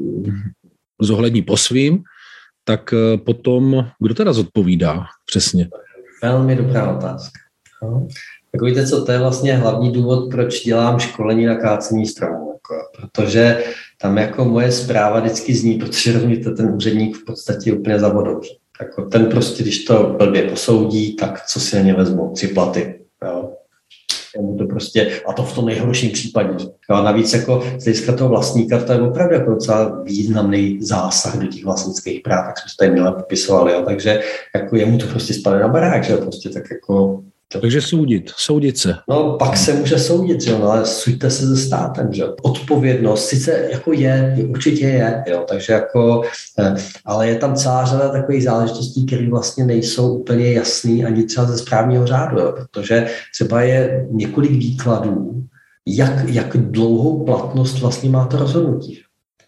zohlední po svým, tak potom kdo teda zodpovídá přesně? Velmi dobrá otázka. No. Tak víte co, to je vlastně hlavní důvod, proč dělám školení na kácení stromů. Jako, protože tam jako moje zpráva vždycky zní, protože rozumíte, ten úředník v podstatě úplně za vodou. Jako ten prostě, když to blbě posoudí, tak co si na ně vezmou? Tři platy. Jo. To prostě, a to v tom nejhorším případě. Jo. A navíc jako z hlediska toho vlastníka, to je opravdu jako docela významný zásah do těch vlastnických práv, jak jsme se tady minule popisovali. Jo. Takže jako jemu to prostě spadne na barák, že prostě tak jako... Takže soudit, soudit se. No, pak se může soudit, že jo, no, ale suďte se se státem, že jo. Odpovědnost sice jako je, určitě je, jo, takže jako, ale je tam celá řada takových záležitostí, které vlastně nejsou úplně jasný ani třeba ze správního řádu, jo, protože třeba je několik výkladů, jak, jak dlouhou platnost vlastně má to rozhodnutí.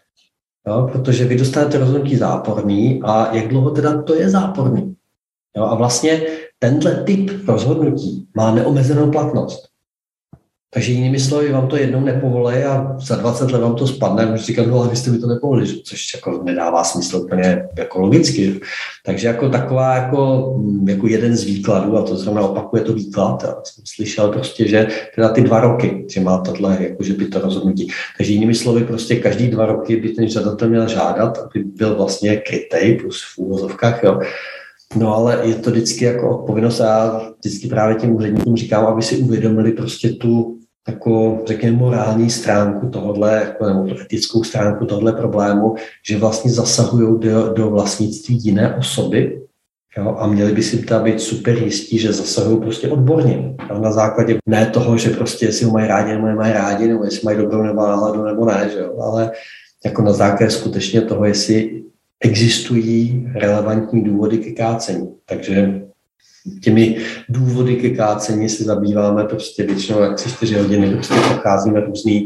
Jo, protože vy dostanete rozhodnutí záporný a jak dlouho teda to je záporný. Jo, a vlastně tenhle typ rozhodnutí má neomezenou platnost. Takže jinými slovy, vám to jednou nepovolí a za dvacet let vám to spadne, můžete říkat, no ale vy jste mi to nepovolili, což jako nedává smysl úplně jako logicky. Takže jako taková jako, jako jeden z výkladů, a to zrovna opakuje to výklad, já jsem slyšel prostě, že teda ty dva roky, že má tohle, jako že by to rozhodnutí. Takže jinými slovy, prostě každý dva roky by ten žadatel měl žádat, aby byl vlastně krytej plus v úvozovkách, jo. No ale je to vždycky jako odpovědnost a já vždycky právě těm úředníkům říkám, aby si uvědomili prostě tu jako řekněme morální stránku tohodle, jako, nebo tu etickou stránku tohle problému, že vlastně zasahují do, do vlastnictví jiné osoby, jo, a měli by si tam být super jistí, že zasahují prostě odborně. Jo, na základě ne toho, že prostě jestli ho mají rádi nebo nemají rádi, nebo jestli mají dobrou nebo náladu nebo ne, že jo, ale jako na základě skutečně toho, jestli existují relevantní důvody ke kácení. Takže těmi důvody ke kácení se zabýváme prostě většinou jak tři čtyři hodiny, prostě procházíme různý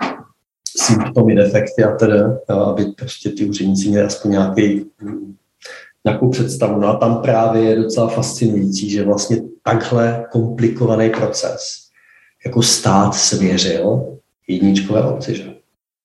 symptomy, defekty a teda, aby prostě ty úředníci měli aspoň nějaký, nějakou představu. No a tam právě je docela fascinující, že vlastně takhle komplikovaný proces jako stát svěřil jedničkové obci, že?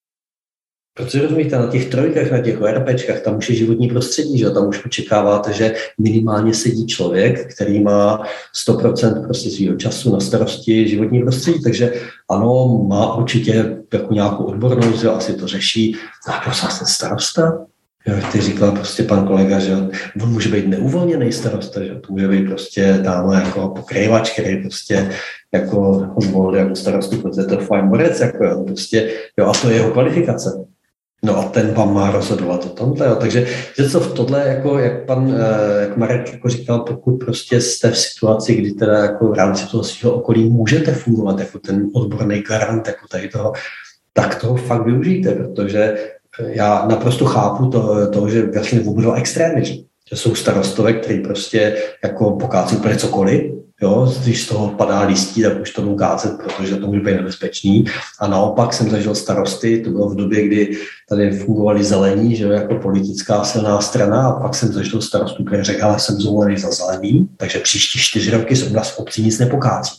Protože rozumíte, na těch trojkách, na těch ORPčkách, tam už je životní prostředí, že tam už očekáváte, že minimálně sedí člověk, který má sto procent prostě svýho času na starosti životní prostředí, takže ano, má určitě jako nějakou odbornost, že asi to řeší, a prosím ten starosta, jak ty říkal prostě pan kolega, že on může být neuvolněný starosta, že to může být prostě tam jako pokrývač, který prostě jako zvolil jako starostu, protože to je fajn borec, jako jo, prostě, jo, a to je jeho kvalifikace. No a ten vám má rozhodovat o tomhle, jo. Takže že co v tohle, jako, jak pan jak Marek jako říkal, pokud prostě jste v situaci, kdy teda jako v rámci toho svého okolí můžete fungovat jako ten odborný garant, jako tady toho, tak toho fakt využijte, protože já naprosto chápu to, to že vlastně vůbec dva extrémy, že jsou starostové, který prostě jako pokácí úplně cokoliv, jo, když z toho padá listí, tak už to budou kácet, protože to může být nebezpečný. A naopak jsem zažil starosty, to bylo v době, kdy tady fungovali zelení, že jo, jako politická silná strana, a pak jsem zažil starostu, který řekl, ale jsem zvolený za zelený, takže příští čtyři roky se u nás v obci nic nepokácí.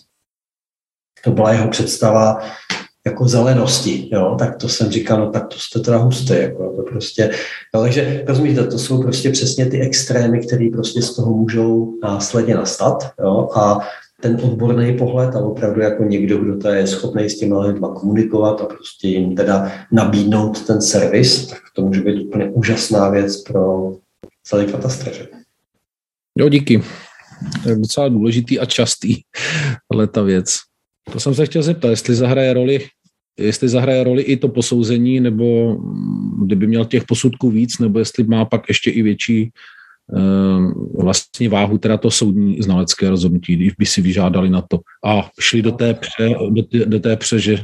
To byla jeho představa jako zelenosti, jo, tak to jsem říkal, no tak to jste teda husté, jako to prostě, no, takže rozumíte, to jsou prostě přesně ty extrémy, které prostě z toho můžou následně nastat, jo, a ten odborný pohled a opravdu jako někdo, kdo to je schopný s těma lidma komunikovat a prostě jim teda nabídnout ten servis, tak to může být úplně úžasná věc pro celý katastr. Jo, díky. To je docela důležitý a častý, ale ta věc. To jsem se chtěl zeptat, jestli zahraje roli, jestli zahraje roli i to posouzení, nebo kdyby měl těch posudků víc, nebo jestli má pak ještě i větší vlastně váhu teda to soudní znalecké rozhodnutí, když by si vyžádali na to a šli do té pře, do té, do té pře, že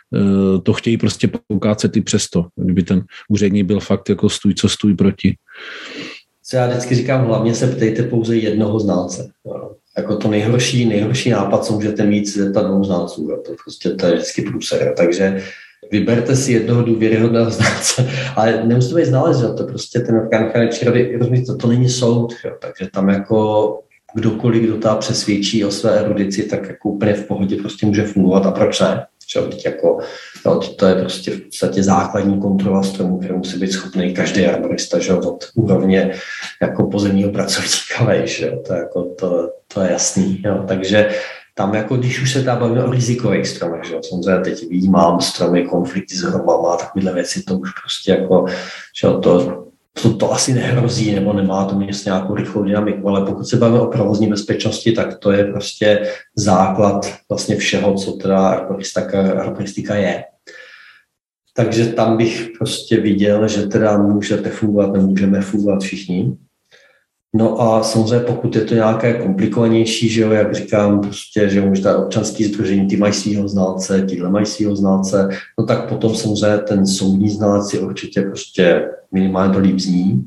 to chtějí prostě pokácet i přesto, kdyby ten úředník byl fakt jako stůj, co stůj proti. Co já vždycky říkám, hlavně se ptejte pouze jednoho znalce. Jo. Jako to nejhorší, nejhorší nápad, co můžete mít, z dvou znalců. Jo. To, prostě, to je vždycky průser. Takže vyberte si jednoho důvěryhodného znalce, ale nemusíte být znalec, že to prostě ten orgán ochrany přírody, rozumíte, to, to není soud, jo. Takže tam jako kdokoliv, kdo ta přesvědčí o své erudici, tak jako úplně v pohodě prostě může fungovat a proč ne? Teď jako, no, to je prostě v podstatě základní kontrola stromu, kterou musí být schopný každý arborista, že od úrovně jako pozemního pracovníka vejš, že to, jako, to, to je jasný. Jo. Takže tam, jako, když už se tam bavíme o rizikových stromech, že samozřejmě teď výjímám stromy, konflikty s hrobama a takovéhle věci, to už prostě jako, že to To, to asi nehrozí, nebo nemá to měst nějakou rychlou dynamiku, ale pokud se bavíme o provozní bezpečnosti, tak to je prostě základ vlastně všeho, co teda arboristika, arboristika je. Takže tam bych prostě viděl, že teda můžete fungovat, nemůžeme fungovat všichni. No a samozřejmě pokud je to nějaké komplikovanější, že jo, jak říkám, prostě, že už ta občanský sdružení, ty mají svýho znalce, tíhle mají svýho znalce, no tak potom samozřejmě ten soudní znalec je určitě prostě minimálně to líp zní.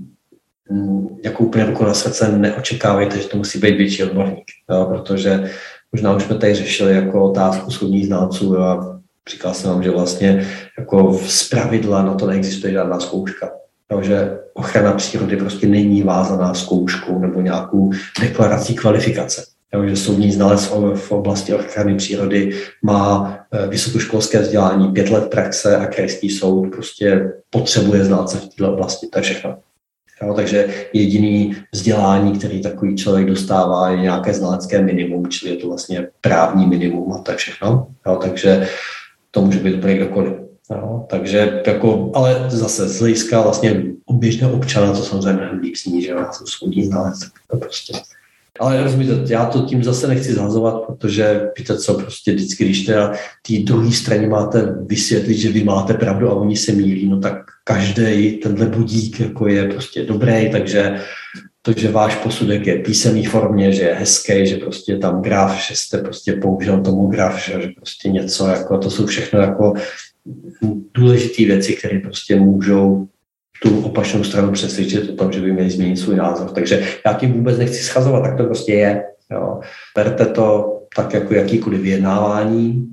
Jako úplně ruku na srdce neočekávejte, že to musí být větší odborník, jo, protože možná už jsme tady řešili jako otázku soudních znalců, jo, a říkal jsem vám, že vlastně jako z pravidla na to neexistuje žádná zkouška. Takže ochrana přírody prostě není vázaná zkouškou nebo nějakou deklarací kvalifikace. Takže soudní znalec v oblasti ochrany přírody má vysokoškolské vzdělání, pět let praxe a krajský soud prostě potřebuje znalce v této oblasti. To je všechno. Jo, takže jediný vzdělání, který takový člověk dostává, je nějaké znalecké minimum, čili je to vlastně právní minimum a to je všechno. Jo, takže to může být úplně kdokoliv. No, takže jako, ale zase z hlediska vlastně běžného občana to samozřejmě mnohem líp sní, že já jsem soudní znalec, to prostě. Ale rozumíte, já to tím zase nechci zhazovat, protože víte co, prostě vždycky, když teda té druhé straně máte vysvětlit, že vy máte pravdu a oni se mýlí, no tak každý tenhle budík jako je prostě dobrý, takže to, že váš posudek je písemný formě, že je hezký, že prostě je tam graf, že jste prostě použil tomu graf, že, že prostě něco, jako to jsou všechno jako důležité věci, které prostě můžou tu opačnou stranu přesvědčit o tom, že by měli změnit svůj názor. Takže já tím vůbec nechci schazovat, tak to prostě je. Jo. Berte to tak jako jakýkoliv vyjednávání.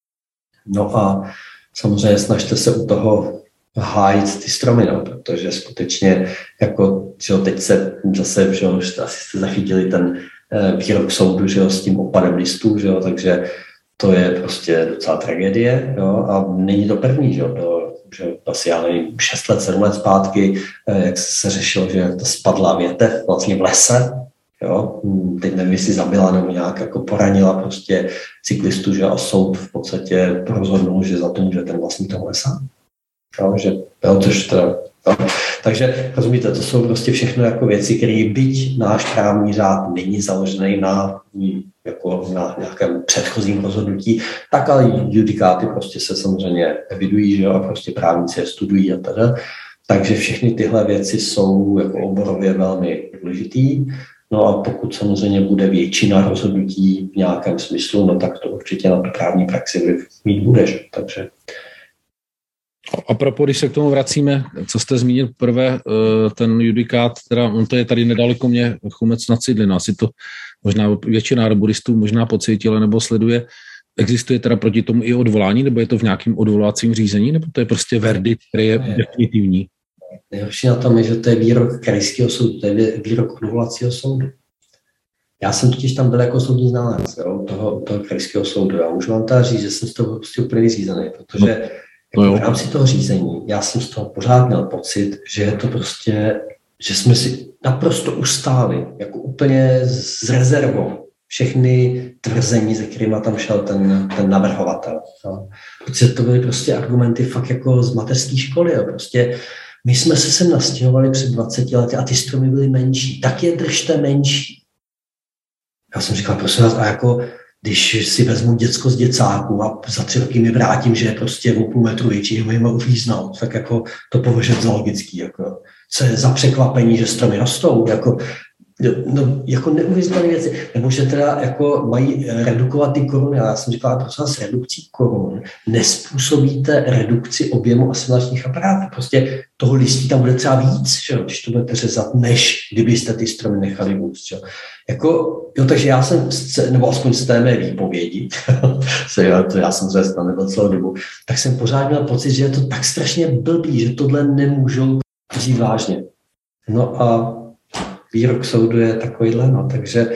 No a samozřejmě snažte se u toho hájit ty stromy, no, protože skutečně jako, že jo, teď se zase, že jo, asi jste zachytili ten výrok soudu, že jo, s tím opadem listů, že jo, takže to je prostě docela tragédie, jo, a není to první, že jo, to, že asi já nevím, šest let, sedm let zpátky, jak se řešilo, že to spadla větev vlastně v lese, jo, teď nevím, jestli zabila nebo nějak jako poranila prostě cyklistu, že a soud v podstatě rozhodnul, že za to může ten vlastník toho lesa, jo, že, jo, což to, jo. Takže rozumíte, to jsou prostě všechno jako věci, které byť náš právní řád není založený na jako na nějakém předchozím rozhodnutí, tak ale judikáty prostě se samozřejmě evidují, že jo, a prostě právníci je studují a teda. Takže všechny tyhle věci jsou jako oborově velmi důležitý. No a pokud samozřejmě bude většina rozhodnutí v nějakém smyslu, no tak to určitě na tu právní praxi mít bude, že? Takže a propos, když se k tomu vracíme, co jste zmínil prvé, ten judikát, teda on to je tady nedaleko mě, Chumec nad Cidlinou, asi to možná většina arboristů možná pocítila nebo sleduje. Existuje teda proti tomu i odvolání, nebo je to v nějakém odvolacím řízení, nebo to je prostě verdikt, který je, je definitivní? Nejhorší na tom je, že to je výrok krajského soudu, to je výrok odvolacího soudu. Já jsem totiž tam byl jako soudní znalec, jo, toho, toho krajského soudu. Já můžu vám teda říct, že jsem z toho prostě úplně vyřízený, protože no. Jako v rámci toho řízení já jsem z toho pořád měl pocit, že je to prostě, že jsme si naprosto ustáli, jako úplně s rezervou všechny tvrzení, se kterými tam šel ten, ten navrhovatel. Jo. Protože to byly prostě argumenty fakt jako z mateřské školy. Jo. Prostě my jsme se sem nastěhovali před dvaceti lety a ty stromy byly menší. Tak je držte menší. Já jsem říkal, prosím vás, a jako když si vezmu děcko z děcáku a za tři roky mi vrátím, že je prostě o půl metru větší, nebo jim uvíznout, tak jako to považuji za logický. Jako. Co je za překvapení, že stromy rostou? Jako, no, jako neuvěřitelné věci. Nebo že teda jako mají redukovat ty koruny. Já jsem říkal, prosím vás, redukcí korun nespůsobíte redukci objemu asimilačních aparátů. Prostě toho listí tam bude třeba víc, že? Když to budete řezat, než kdybyste ty stromy nechali růst. Jako, jo, takže já jsem, nebo aspoň z té mé výpovědi, to já jsem zvěst nebyl celou dobu, tak jsem pořád měl pocit, že je to tak strašně blbý, že tohle nemůžou vzít vážně. No a výrok soudu je takovýhle, no, takže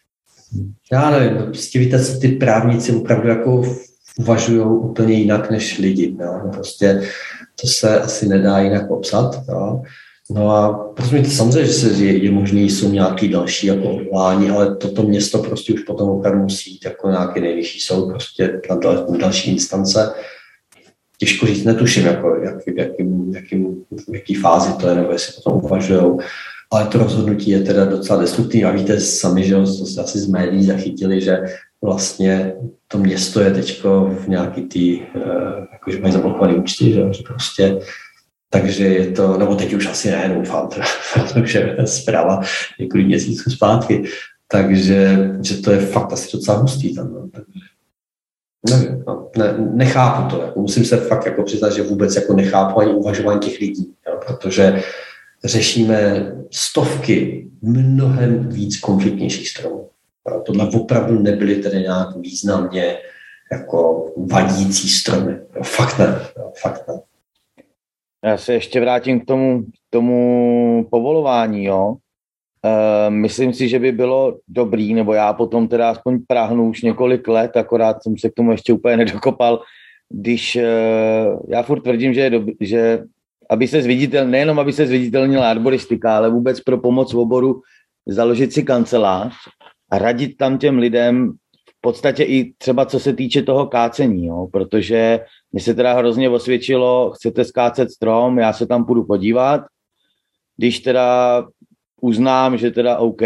já nevím, prostě víte, co ty právníci opravdu jako uvažují úplně jinak než lidi, no, prostě to se asi nedá jinak popsat, no. No a prostě samozřejmě, že se, je, je možný, jsou nějaký další jako odvolání, ale toto město prostě už potom opravdu musí jít jako nějaký nejvyšší soud, prostě na dal, další instance. Těžko říct, netuším, jako, jak, jakým, jakým, v jaký fázi to je, nebo jestli potom uvažujou. Ale to rozhodnutí je teda docela destruktivní. A víte sami, že to jste asi z médií zachytili, že vlastně to město je teďko v nějaký tý, jakože mají zablokovaný účty, že, že prostě, takže je to, nebo teď už asi ne, doufám, to už je zpráva několik měsíců zpátky, takže že to je fakt asi docela hustý tam. No. Nevím, no, ne, nechápu to, jako, musím se fakt jako přiznat, že vůbec jako nechápu ani uvažování těch lidí, jo, protože řešíme stovky mnohem víc konfliktnějších stromů. Tohle opravdu nebyly tedy nějak významně jako vadící stromy. Jo, fakt ne, jo, fakt ne. Já se ještě vrátím k tomu, k tomu povolování, jo. E, myslím si, že by bylo dobrý, nebo já potom teda aspoň prahnu už několik let, akorát jsem se k tomu ještě úplně nedokopal, když e, já furt tvrdím, že je dobrý, že aby se zviditelnil, nejenom aby se zviditelnila arboristika, ale vůbec pro pomoc v oboru založit si kancelář a radit tam těm lidem v podstatě i třeba co se týče toho kácení, jo? Protože mi se teda hrozně osvědčilo, chcete skácet strom, já se tam půjdu podívat, když teda uznám, že teda OK,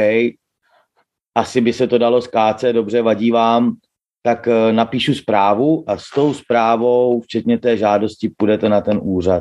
asi by se to dalo skácet, dobře, vadí vám, tak napíšu zprávu a s tou zprávou, včetně té žádosti, půjdete na ten úřad.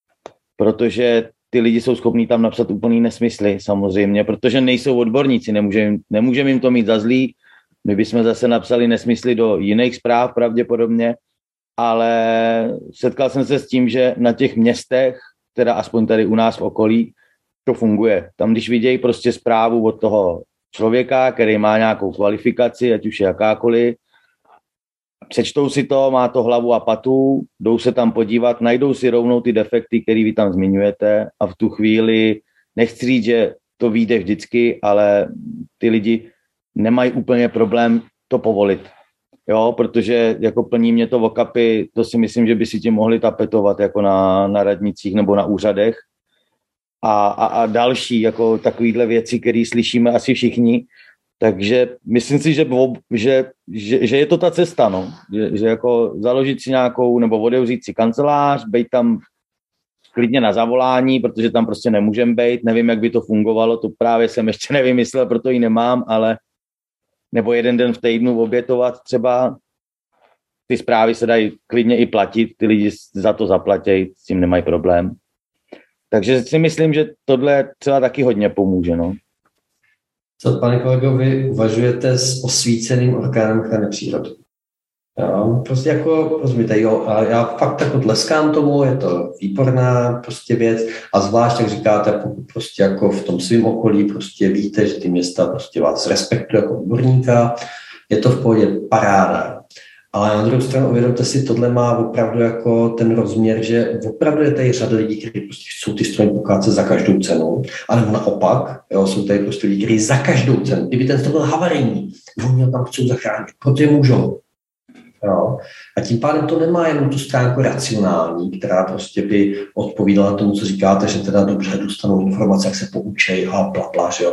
Protože ty lidi jsou schopní tam napsat úplný nesmysly samozřejmě, protože nejsou odborníci, nemůžeme nemůžem jim to mít za zlý, my bychom zase napsali nesmysly do jiných zpráv pravděpodobně, ale setkal jsem se s tím, že na těch městech, teda aspoň tady u nás v okolí, to funguje. Tam, když vidějí prostě zprávu od toho člověka, který má nějakou kvalifikaci, ať už je jakákoliv, přečtou si to, má to hlavu a patu, jdou se tam podívat, najdou si rovnou ty defekty, které vy tam zmiňujete a v tu chvíli, nechci říct, že to vyjde vždycky, ale ty lidi nemají úplně problém to povolit. Jo, protože jako plní mě to okapy, to si myslím, že by si tím mohli tapetovat jako na, na radnicích nebo na úřadech. A, a, a další jako takovýhle věci, které slyšíme asi všichni. Takže myslím si, že, že, že, že je to ta cesta, no. Že, že jako založit si nějakou, nebo otevřít si kancelář, být tam klidně na zavolání, protože tam prostě nemůžeme být, nevím, jak by to fungovalo, to právě jsem ještě nevymyslel, proto ji nemám, ale nebo jeden den v týdnu obětovat třeba, ty zprávy se dají klidně i platit, ty lidi za to zaplatí, s tím nemají problém. Takže si myslím, že tohle třeba taky hodně pomůže, no. Co, pane kolego, vy uvažujete s osvíceným orgánem ochrany přírody? Jo, prostě jako, rozumíte, jo, a já fakt jako tleskám tomu, je to výborná prostě věc a zvlášť, jak říkáte, pokud prostě jako v tom svém okolí prostě víte, že ty města prostě vás respektují jako odborníka, je to v pohodě paráda. Ale na druhou stranu uvědomte si, tohle má opravdu jako ten rozměr, že opravdu je tady řada lidí, kteří prostě chcou ty stromy pokácet za každou cenu, ale naopak, jo, jsou tady prostě lidi, kteří za každou cenu, kdyby ten strom byl havarijní, oni ho tam chcou zachránit, protože můžou. Jo. A tím pádem to nemá jenom tu stránku racionální, která prostě by odpovídala tomu, co říkáte, že teda dobře dostanou informace, jak se poučej a bla, bla, že jo.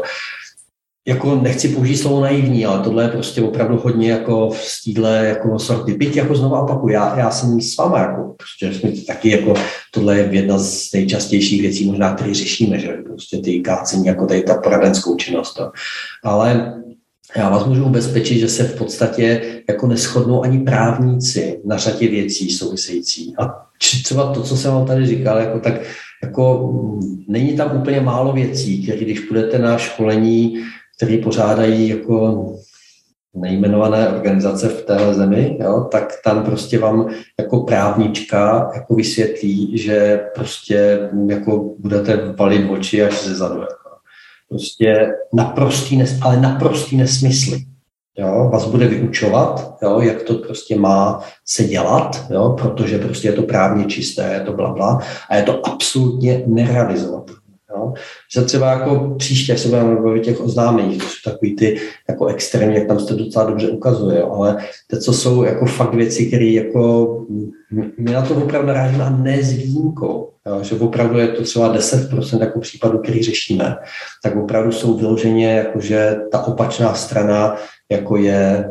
Jako nechci použít slovo naivní, ale tohle je prostě opravdu hodně jako v stíle jako sorty. Byť jako znovu opakuju, já, já jsem s váma, jako prostě jsme taky jako, tohle je jedna z nejčastějších věcí, možná, které řešíme, že prostě ty kácení, jako tady ta poradenskou činnost. To. Ale Já vás můžu ubezpečit, že se v podstatě jako neshodnou ani právníci na řadě věcí související. A třeba to, co jsem vám tady říkal, jako tak jako není tam úplně málo věcí, které když půjdete na školení, které pořádají jako nejmenované organizace v téhle zemi, jo, tak tam prostě vám jako právnička jako vysvětlí, že prostě jako budete valit oči až ze zadu. Jako. Prostě naprostý, nes, ale naprostý nesmysly. Jo, vás bude vyučovat, jo, jak to prostě má se dělat, jo, protože prostě je to právně čisté, je to blabla a je to absolutně nerealizovatelné. Jo. Že třeba jako příště, jak se budeme bavit těch oznámení, to jsou takový ty jako extrémní, jak tam se to docela dobře ukazuje, jo, ale to, co jsou jako fakt věci, které jako my na to opravdu narážíme a ne s výjimkou, jo, že opravdu je to třeba deset procent jako případů, který řešíme, tak opravdu jsou vyloženě, jakože ta opačná strana jako je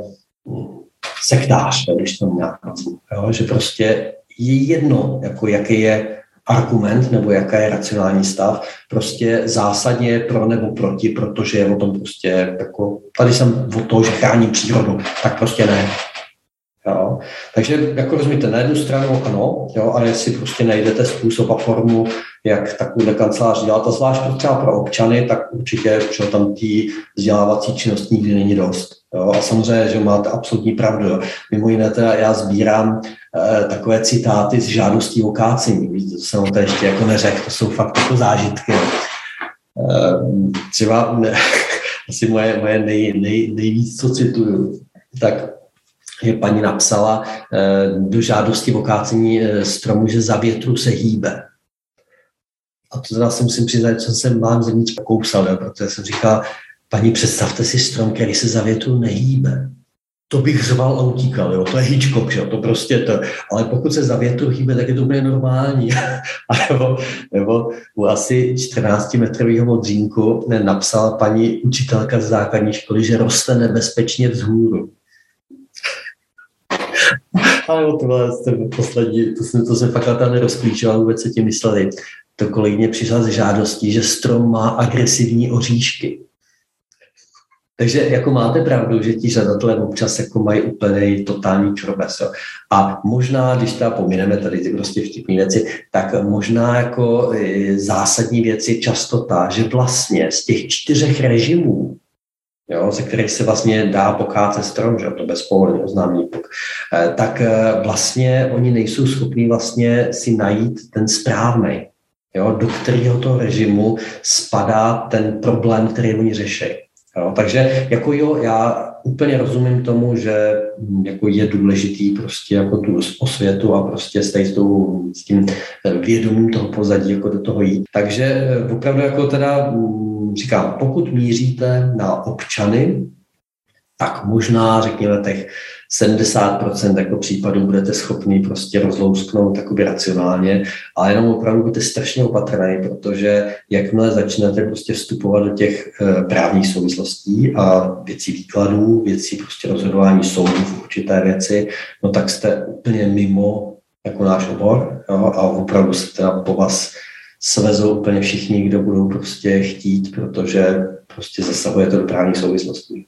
sektář, když to nějak nazvu, jo, že prostě je jedno, jako jaký je argument nebo jaká je racionální stav, prostě zásadně pro nebo proti, protože je o tom prostě jako, tady jsem o to, že chrání přírodu, tak prostě ne. Jo. Takže jako rozumíte, na jednu stranu ano, jo, ale jestli prostě najdete způsob a formu, jak takovou kancelář dělat, a zvlášť třeba pro občany, tak určitě, že tam tý vzdělávací činnost nikdy není dost. Jo. A samozřejmě, že máte absolutní pravdu. Jo. Mimo jiné teda já sbírám eh, takové citáty z žádostí o kácení. Víte, to jsem to ještě jako neřekl, to jsou fakt jako zážitky. Eh, třeba ne, asi moje, moje nej, nej, nejvíc, co cituju, tak že paní napsala eh, do žádosti o kácení eh, stromu, že za větru se hýbe. A to teda si musím přiznat, že jsem mám zevnitř pokousal, jo, protože jsem říkal, paní, představte si strom, který se za větru nehýbe. To bych řval a utíkal, jo, to je Hitchcock, jo, to prostě to. Ale pokud se za větru hýbe, tak je to úplně normální. A nebo, nebo u asi čtrnáctimetrového modřínku napsala paní učitelka z základní školy, že roste nebezpečně vzhůru. Ano, to bylo poslední, to jsem, to jsem fakt tam nerozklíčoval, vůbec se tím mysleli. To kolegyně přišla s žádostí, že strom má agresivní oříšky. Takže jako máte pravdu, že ti žadatelé občas jako mají úplně totální čurbes. Jo. A možná, když teda pomineme tady ty prostě vtipné věci, tak možná jako zásadní věci často ta, že vlastně z těch čtyřech režimů, jo, ze kterých se vlastně dá pokácet strom, že to bez povolení oznámení, tak vlastně oni nejsou schopní vlastně si najít ten správnej, jo, do kterého toho režimu spadá ten problém, který oni řeší. Jo, takže jako jo, já úplně rozumím tomu, že jako je důležitý prostě jako tu osvětu a prostě s, tou, s tím vědomím toho pozadí jako do toho jít. Takže opravdu jako teda říkám, pokud míříte na občany, tak možná řekněme těch sedmdesát procent jako případů budete schopni prostě rozlousknout takoby racionálně, ale jenom opravdu budete strašně opatrný, protože jakmile začnete prostě vstupovat do těch e, právních souvislostí a věcí výkladů, věcí prostě rozhodování soudů v určité věci, no tak jste úplně mimo jako náš obor, jo, a opravdu se teda po vás svezou úplně všichni, kdo budou prostě chtít, protože prostě zasahuje to do právních souvislostí.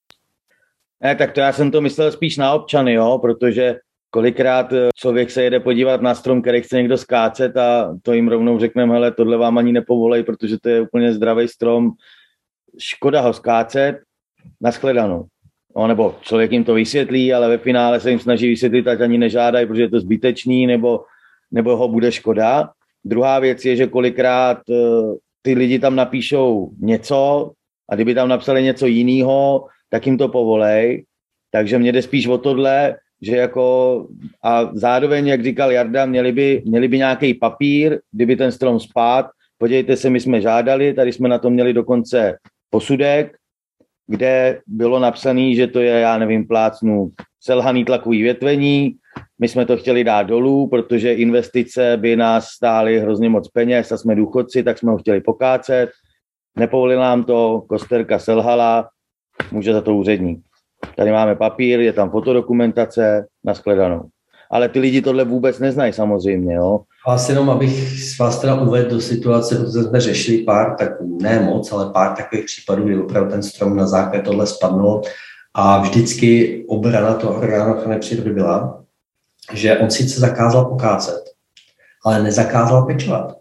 Ne, tak to já jsem to myslel spíš na občany, jo, protože kolikrát člověk se jede podívat na strom, který chce někdo skácet a to jim rovnou řekneme, hele, tohle vám ani nepovolej, protože to je úplně zdravý strom, škoda ho skácet, nashledanou. No, nebo člověk jim to vysvětlí, ale ve finále se jim snaží vysvětlit, ať ani nežádají, protože je to zbytečný, nebo, nebo ho bude škoda. Druhá věc je, že kolikrát ty lidi tam napíšou něco a kdyby tam napsali něco jiného, tak jim to povolej. Takže mě jde spíš o tohle, že jako a zároveň, jak říkal Jarda, měli by, měli by nějaký papír, kdyby ten strom spad. Podívejte se, my jsme žádali, tady jsme na to měli dokonce posudek, kde bylo napsané, že to je, já nevím, plácnu, selhaný tlakový větvení. My jsme to chtěli dát dolů, protože investice by nás stály hrozně moc peněz a jsme důchodci, tak jsme ho chtěli pokácet. Nepovolil nám to, kosterka selhala, může za to úředník. Tady máme papír, je tam fotodokumentace, nashledanou. Ale ty lidi tohle vůbec neznají samozřejmě, jo. Vás jenom, abych s vás teda uvedl do situace, protože jsme řešili pár, tak ne moc, ale pár takových případů, kdy opravdu ten strom na základě tohle spadnul a vždycky obrana toho orgánu ochrany přírody byla, že on sice zakázal pokácet, ale nezakázal pečovat.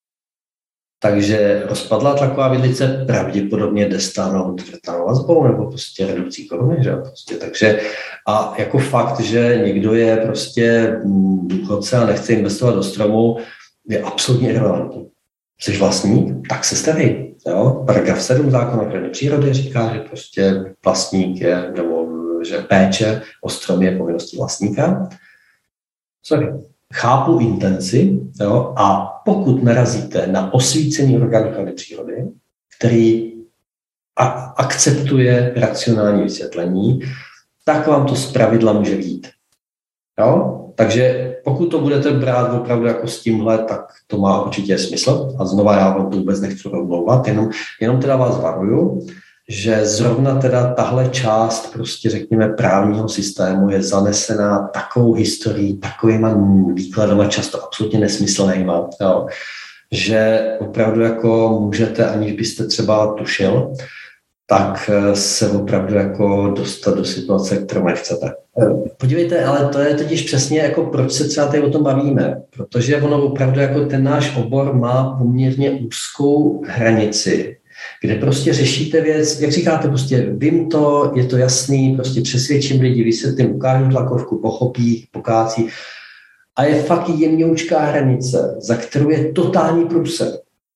Takže rozpadlá tlaková vidlice pravděpodobně jde stáhnout vrtanou vazbou nebo prostě redukcí koruny, že prostě, takže a jako fakt, že někdo je prostě důchodce a nechce investovat do stromu, je absolutně irrelevantní. Jsi vlastník, tak se starej. Jo? Paragraf sedm zákona ochrany přírody říká, že prostě vlastník je, nebo že péče o strom je povinností vlastníka. Sorry. Chápu intenci, jo, a pokud narazíte na osvícený orgán ochrany přírody, který a- akceptuje racionální vysvětlení, tak vám to zpravidla může vyjít. Jo? Takže pokud to budete brát opravdu jako s tímhle, tak to má určitě smysl. A znova já vám to vůbec nechci omlouvat, jenom, jenom teda vás varuju, že zrovna teda tahle část, prostě řekněme, právního systému je zanesená takovou historií, takovýma výkladama, často absolutně nesmyslnýma, jo, že opravdu jako můžete, aniž byste třeba tušil, tak se opravdu jako dostat do situace, kterou nechcete. Podívejte, ale to je totiž přesně jako proč se třeba tady o tom bavíme, protože ono opravdu jako ten náš obor má poměrně úzkou hranici, kde prostě řešíte věc, jak říkáte, prostě vím to, je to jasný, prostě přesvědčím lidi, vysvětlím, ukážu tlakovku, pochopí, pokácí. A je fakt jemňoučká hranice, za kterou je totální průser.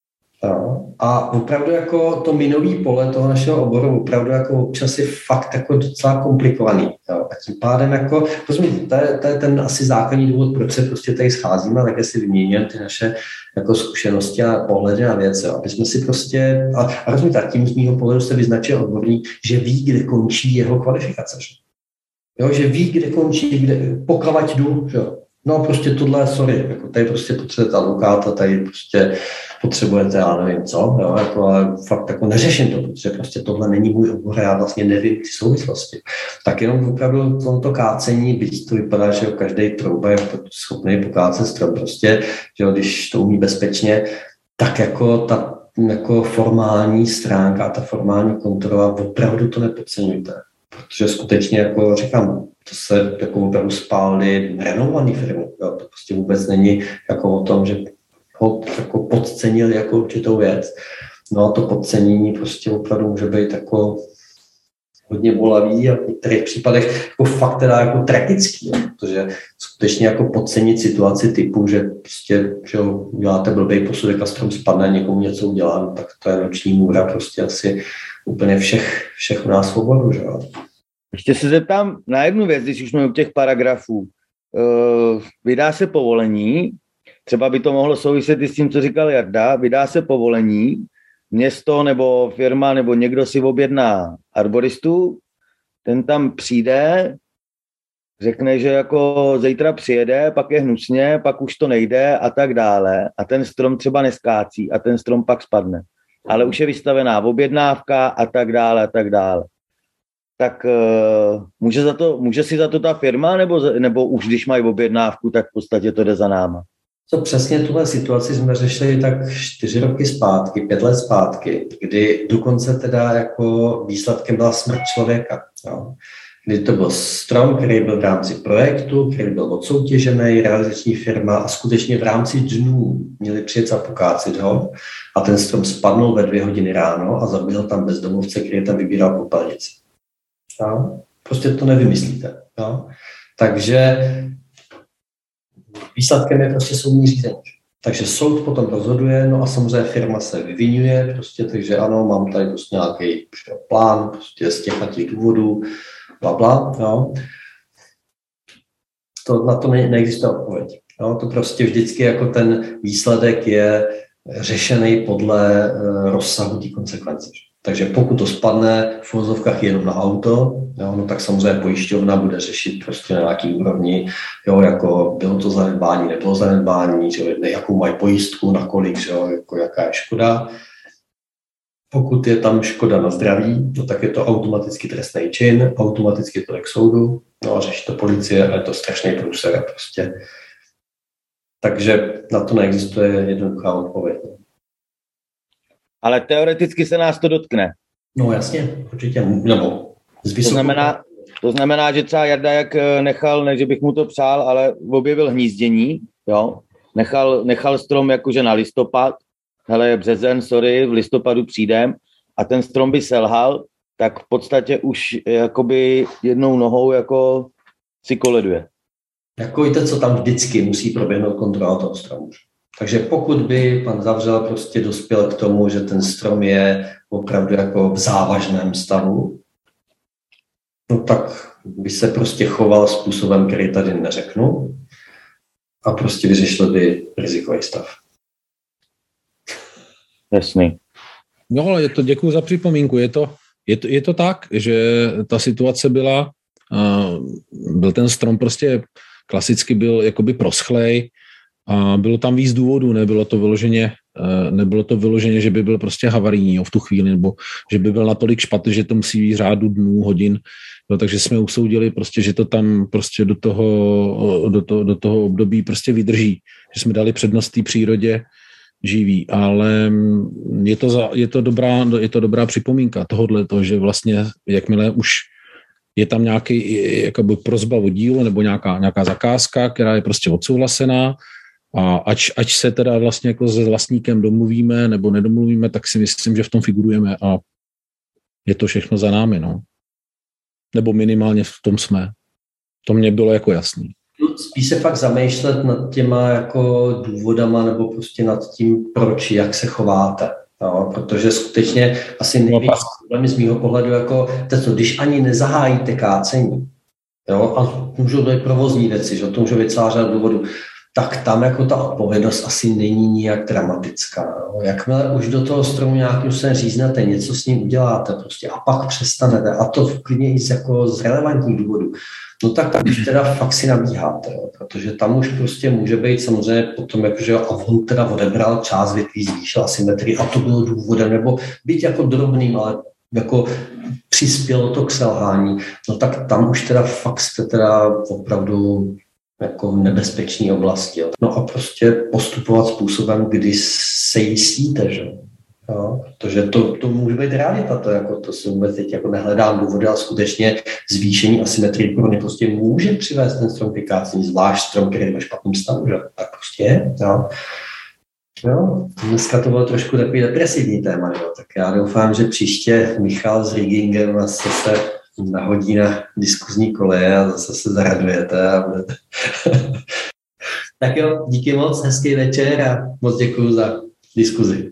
No. A opravdu jako to minový pole toho našeho oboru opravdu jako občas je fakt jako docela komplikovaný. Jo. A tím pádem jako, rozumíte, to je, to je ten asi základní důvod, proč se prostě tady scházíme, tak si vyměňujeme ty naše jako zkušenosti a pohledy na věc, jo. Aby jsme si prostě, a, a rozumíte, tím z mýho pohledu se vyznačuje odborník, že ví, kde končí jeho kvalifikace. Jo, že ví, kde končí, kde, pokavať jdu, jo. No prostě tohle, sorry, jako tady prostě potřebujete advokáta, tady prostě potřebujete, já nevím co, jo, jako, ale fakt jako neřeším to, protože prostě tohle není můj obor, já vlastně nevím ty souvislosti. Tak jenom opravdu tomto kácení, byť to vypadá, že každý trouba je schopný pokácet strom prostě, že když to umí bezpečně, tak jako ta jako formální stránka, ta formální kontrola, opravdu to nepodceňujte. Protože skutečně, jako říkám, to se jako opravdu spálily renomované firmy. Jo. To prostě vůbec není jako o tom, že ho jako podcenili jako určitou věc. No a to podcenění prostě opravdu může být jako hodně bolavý a v některých případech jako fakt teda jako tragický, jo. Protože skutečně jako podcenit situaci typu, že prostě že uděláte blbej posudek a strom spadne a někomu něco udělá, no, tak to je noční můra prostě asi úplně všech, všech u nás v oboru, že jo. Ještě se zeptám na jednu věc, když už jsme u těch paragrafů. Vydá se povolení, třeba by to mohlo souviset i s tím, co říkal Jarda, vydá se povolení, město nebo firma nebo někdo si objedná arboristu, ten tam přijde, řekne, že jako zítra přijede, pak je hnusně, pak už to nejde a tak dále a ten strom třeba neskácí a ten strom pak spadne. Ale už je vystavená objednávka a tak dále a tak dále. Tak uh, může, za to, může si za to ta firma, nebo, nebo už když mají objednávku, tak v podstatě to jde za náma? Co přesně tuhle situaci jsme řešili tak čtyři roky zpátky, pět let zpátky, kdy dokonce teda jako výsledkem byla smrt člověka. Jo. Kdy to byl strom, který byl v rámci projektu, který byl odsoutěžený, realizační firma a skutečně v rámci dnů měli přijet a pokácet ho a ten strom spadnul ve dvě hodiny ráno a zabil tam bezdomovce, který tam vybíral popelnici. Jo. Prostě to nevymyslíte. Jo. Takže výsledkem je prostě soudní řízení. Takže soud potom rozhoduje, no a samozřejmě firma se vyvinuje, prostě, takže ano, mám tady prostě nějaký plán prostě z těch a těch důvodů, blabla, jo. To, na to ne, neexistuje odpověď. Jo. To prostě vždycky jako ten výsledek je řešený podle uh, rozsahu té konsekvence. Takže pokud to spadne v uvozovkách jenom na auto, jo, no tak samozřejmě pojišťovna bude řešit prostě na nějaký úrovni, jo, jako bylo to zanedbání, nebylo zanedbání, že, jakou mají pojistku, na kolik, že, jako jaká je škoda. Pokud je tam škoda na zdraví, no tak je to automaticky trestný čin, automaticky to je k soudu, no a řeší to policie a je to strašný průser prostě. Takže na to neexistuje jednoduchá odpověď. Ale teoreticky se nás to dotkne. No jasně, určitě, nebo z vysokou... To znamená, to znamená, že třeba Jarda jak nechal, ne že bych mu to přál, ale objevil hnízdění, jo, nechal, nechal strom jakože na listopad, hele, je březen, sorry, v listopadu přijdem a ten strom by selhal, tak v podstatě už jakoby jednou nohou jako si koleduje. Jako víte, co tam vždycky musí proběhnout kontrola toho stromu. Takže pokud by pan Zavřela prostě dospěl k tomu, že ten strom je opravdu jako v závažném stavu, no tak by se prostě choval způsobem, který tady neřeknu a prostě vyřešil by rizikový stav. Jasný. No, ale je to, děkuju za připomínku. Je to, je to, je to tak, že ta situace byla, uh, byl ten strom prostě klasicky byl jakoby proschlej a bylo tam víc důvodů, nebylo to vyloženě, uh, nebylo to vyloženě, že by byl prostě havarijní jo, v tu chvíli, nebo že by byl natolik špatný, že to musí být řádu dnů, hodin. No, takže jsme usoudili prostě, že to tam prostě do toho, do toho, do toho období prostě vydrží. Že jsme dali přednost té přírodě živý, ale je to, za, je to, dobrá, je to dobrá připomínka tohodle, to, že vlastně jakmile už je tam nějaký jakoby prosba o dílo nebo nějaká, nějaká zakázka, která je prostě odsouhlasená a ať, ať se teda vlastně jako se vlastníkem domluvíme nebo nedomluvíme, tak si myslím, že v tom figurujeme a je to všechno za námi, no. Nebo minimálně v tom jsme. To mně bylo jako jasný. Spíš se fakt zamýšlet nad těma jako důvodama nebo prostě nad tím, proč, jak se chováte. No, protože skutečně asi největší problém z mýho pohledu, jako to, když ani nezahájíte kácení, jo, a můžou být provozní věci, že to může být celá řada důvodů, tak tam jako ta odpovědnost asi není nijak dramatická. No. Jakmile už do toho stromu nějakým se říznete, něco s ním uděláte prostě a pak přestanete, a to klidně i z, jako z relevantních důvodů, no tak už teda fakt si nabíháte, jo, protože tam už prostě může být samozřejmě potom, jakože a on teda odebral část větví, zvýšil asymetrii a to bylo důvodem, nebo být jako drobným, ale jako přispělo to k selhání, no tak tam už teda fakt jste teda opravdu jako v nebezpečné oblasti. Jo. No a prostě postupovat způsobem, kdy se jistíte, že jo, protože to, to může být realita, to, jako, to si vůbec teď jako nehledám důvody, ale skutečně zvýšení asymetrie pro ně prostě může přivést ten strom k kácení, zvlášť strom, který je ve špatném stavu, že tak prostě je. Jo. Jo, dneska to bylo trošku takový depresivní téma, jo. Tak já doufám, že příště Michal s riggingem zase se nahodí na diskuzní koleje a zase se zaradujete a budete. Tak jo, díky moc, hezký večer a moc děkuju za diskuzi.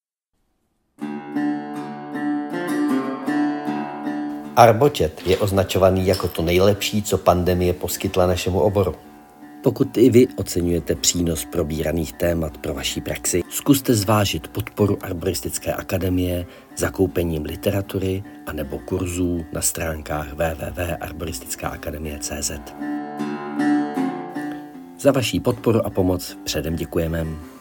Arbocet je označovaný jako to nejlepší, co pandemie poskytla našemu oboru. Pokud i vy oceňujete přínos probíraných témat pro vaší praxi, zkuste zvážit podporu Arboristické akademie zakoupením literatury anebo kurzů na stránkách w w w tečka arboristická akademie tečka cé zet. Za vaší podporu a pomoc předem děkujeme.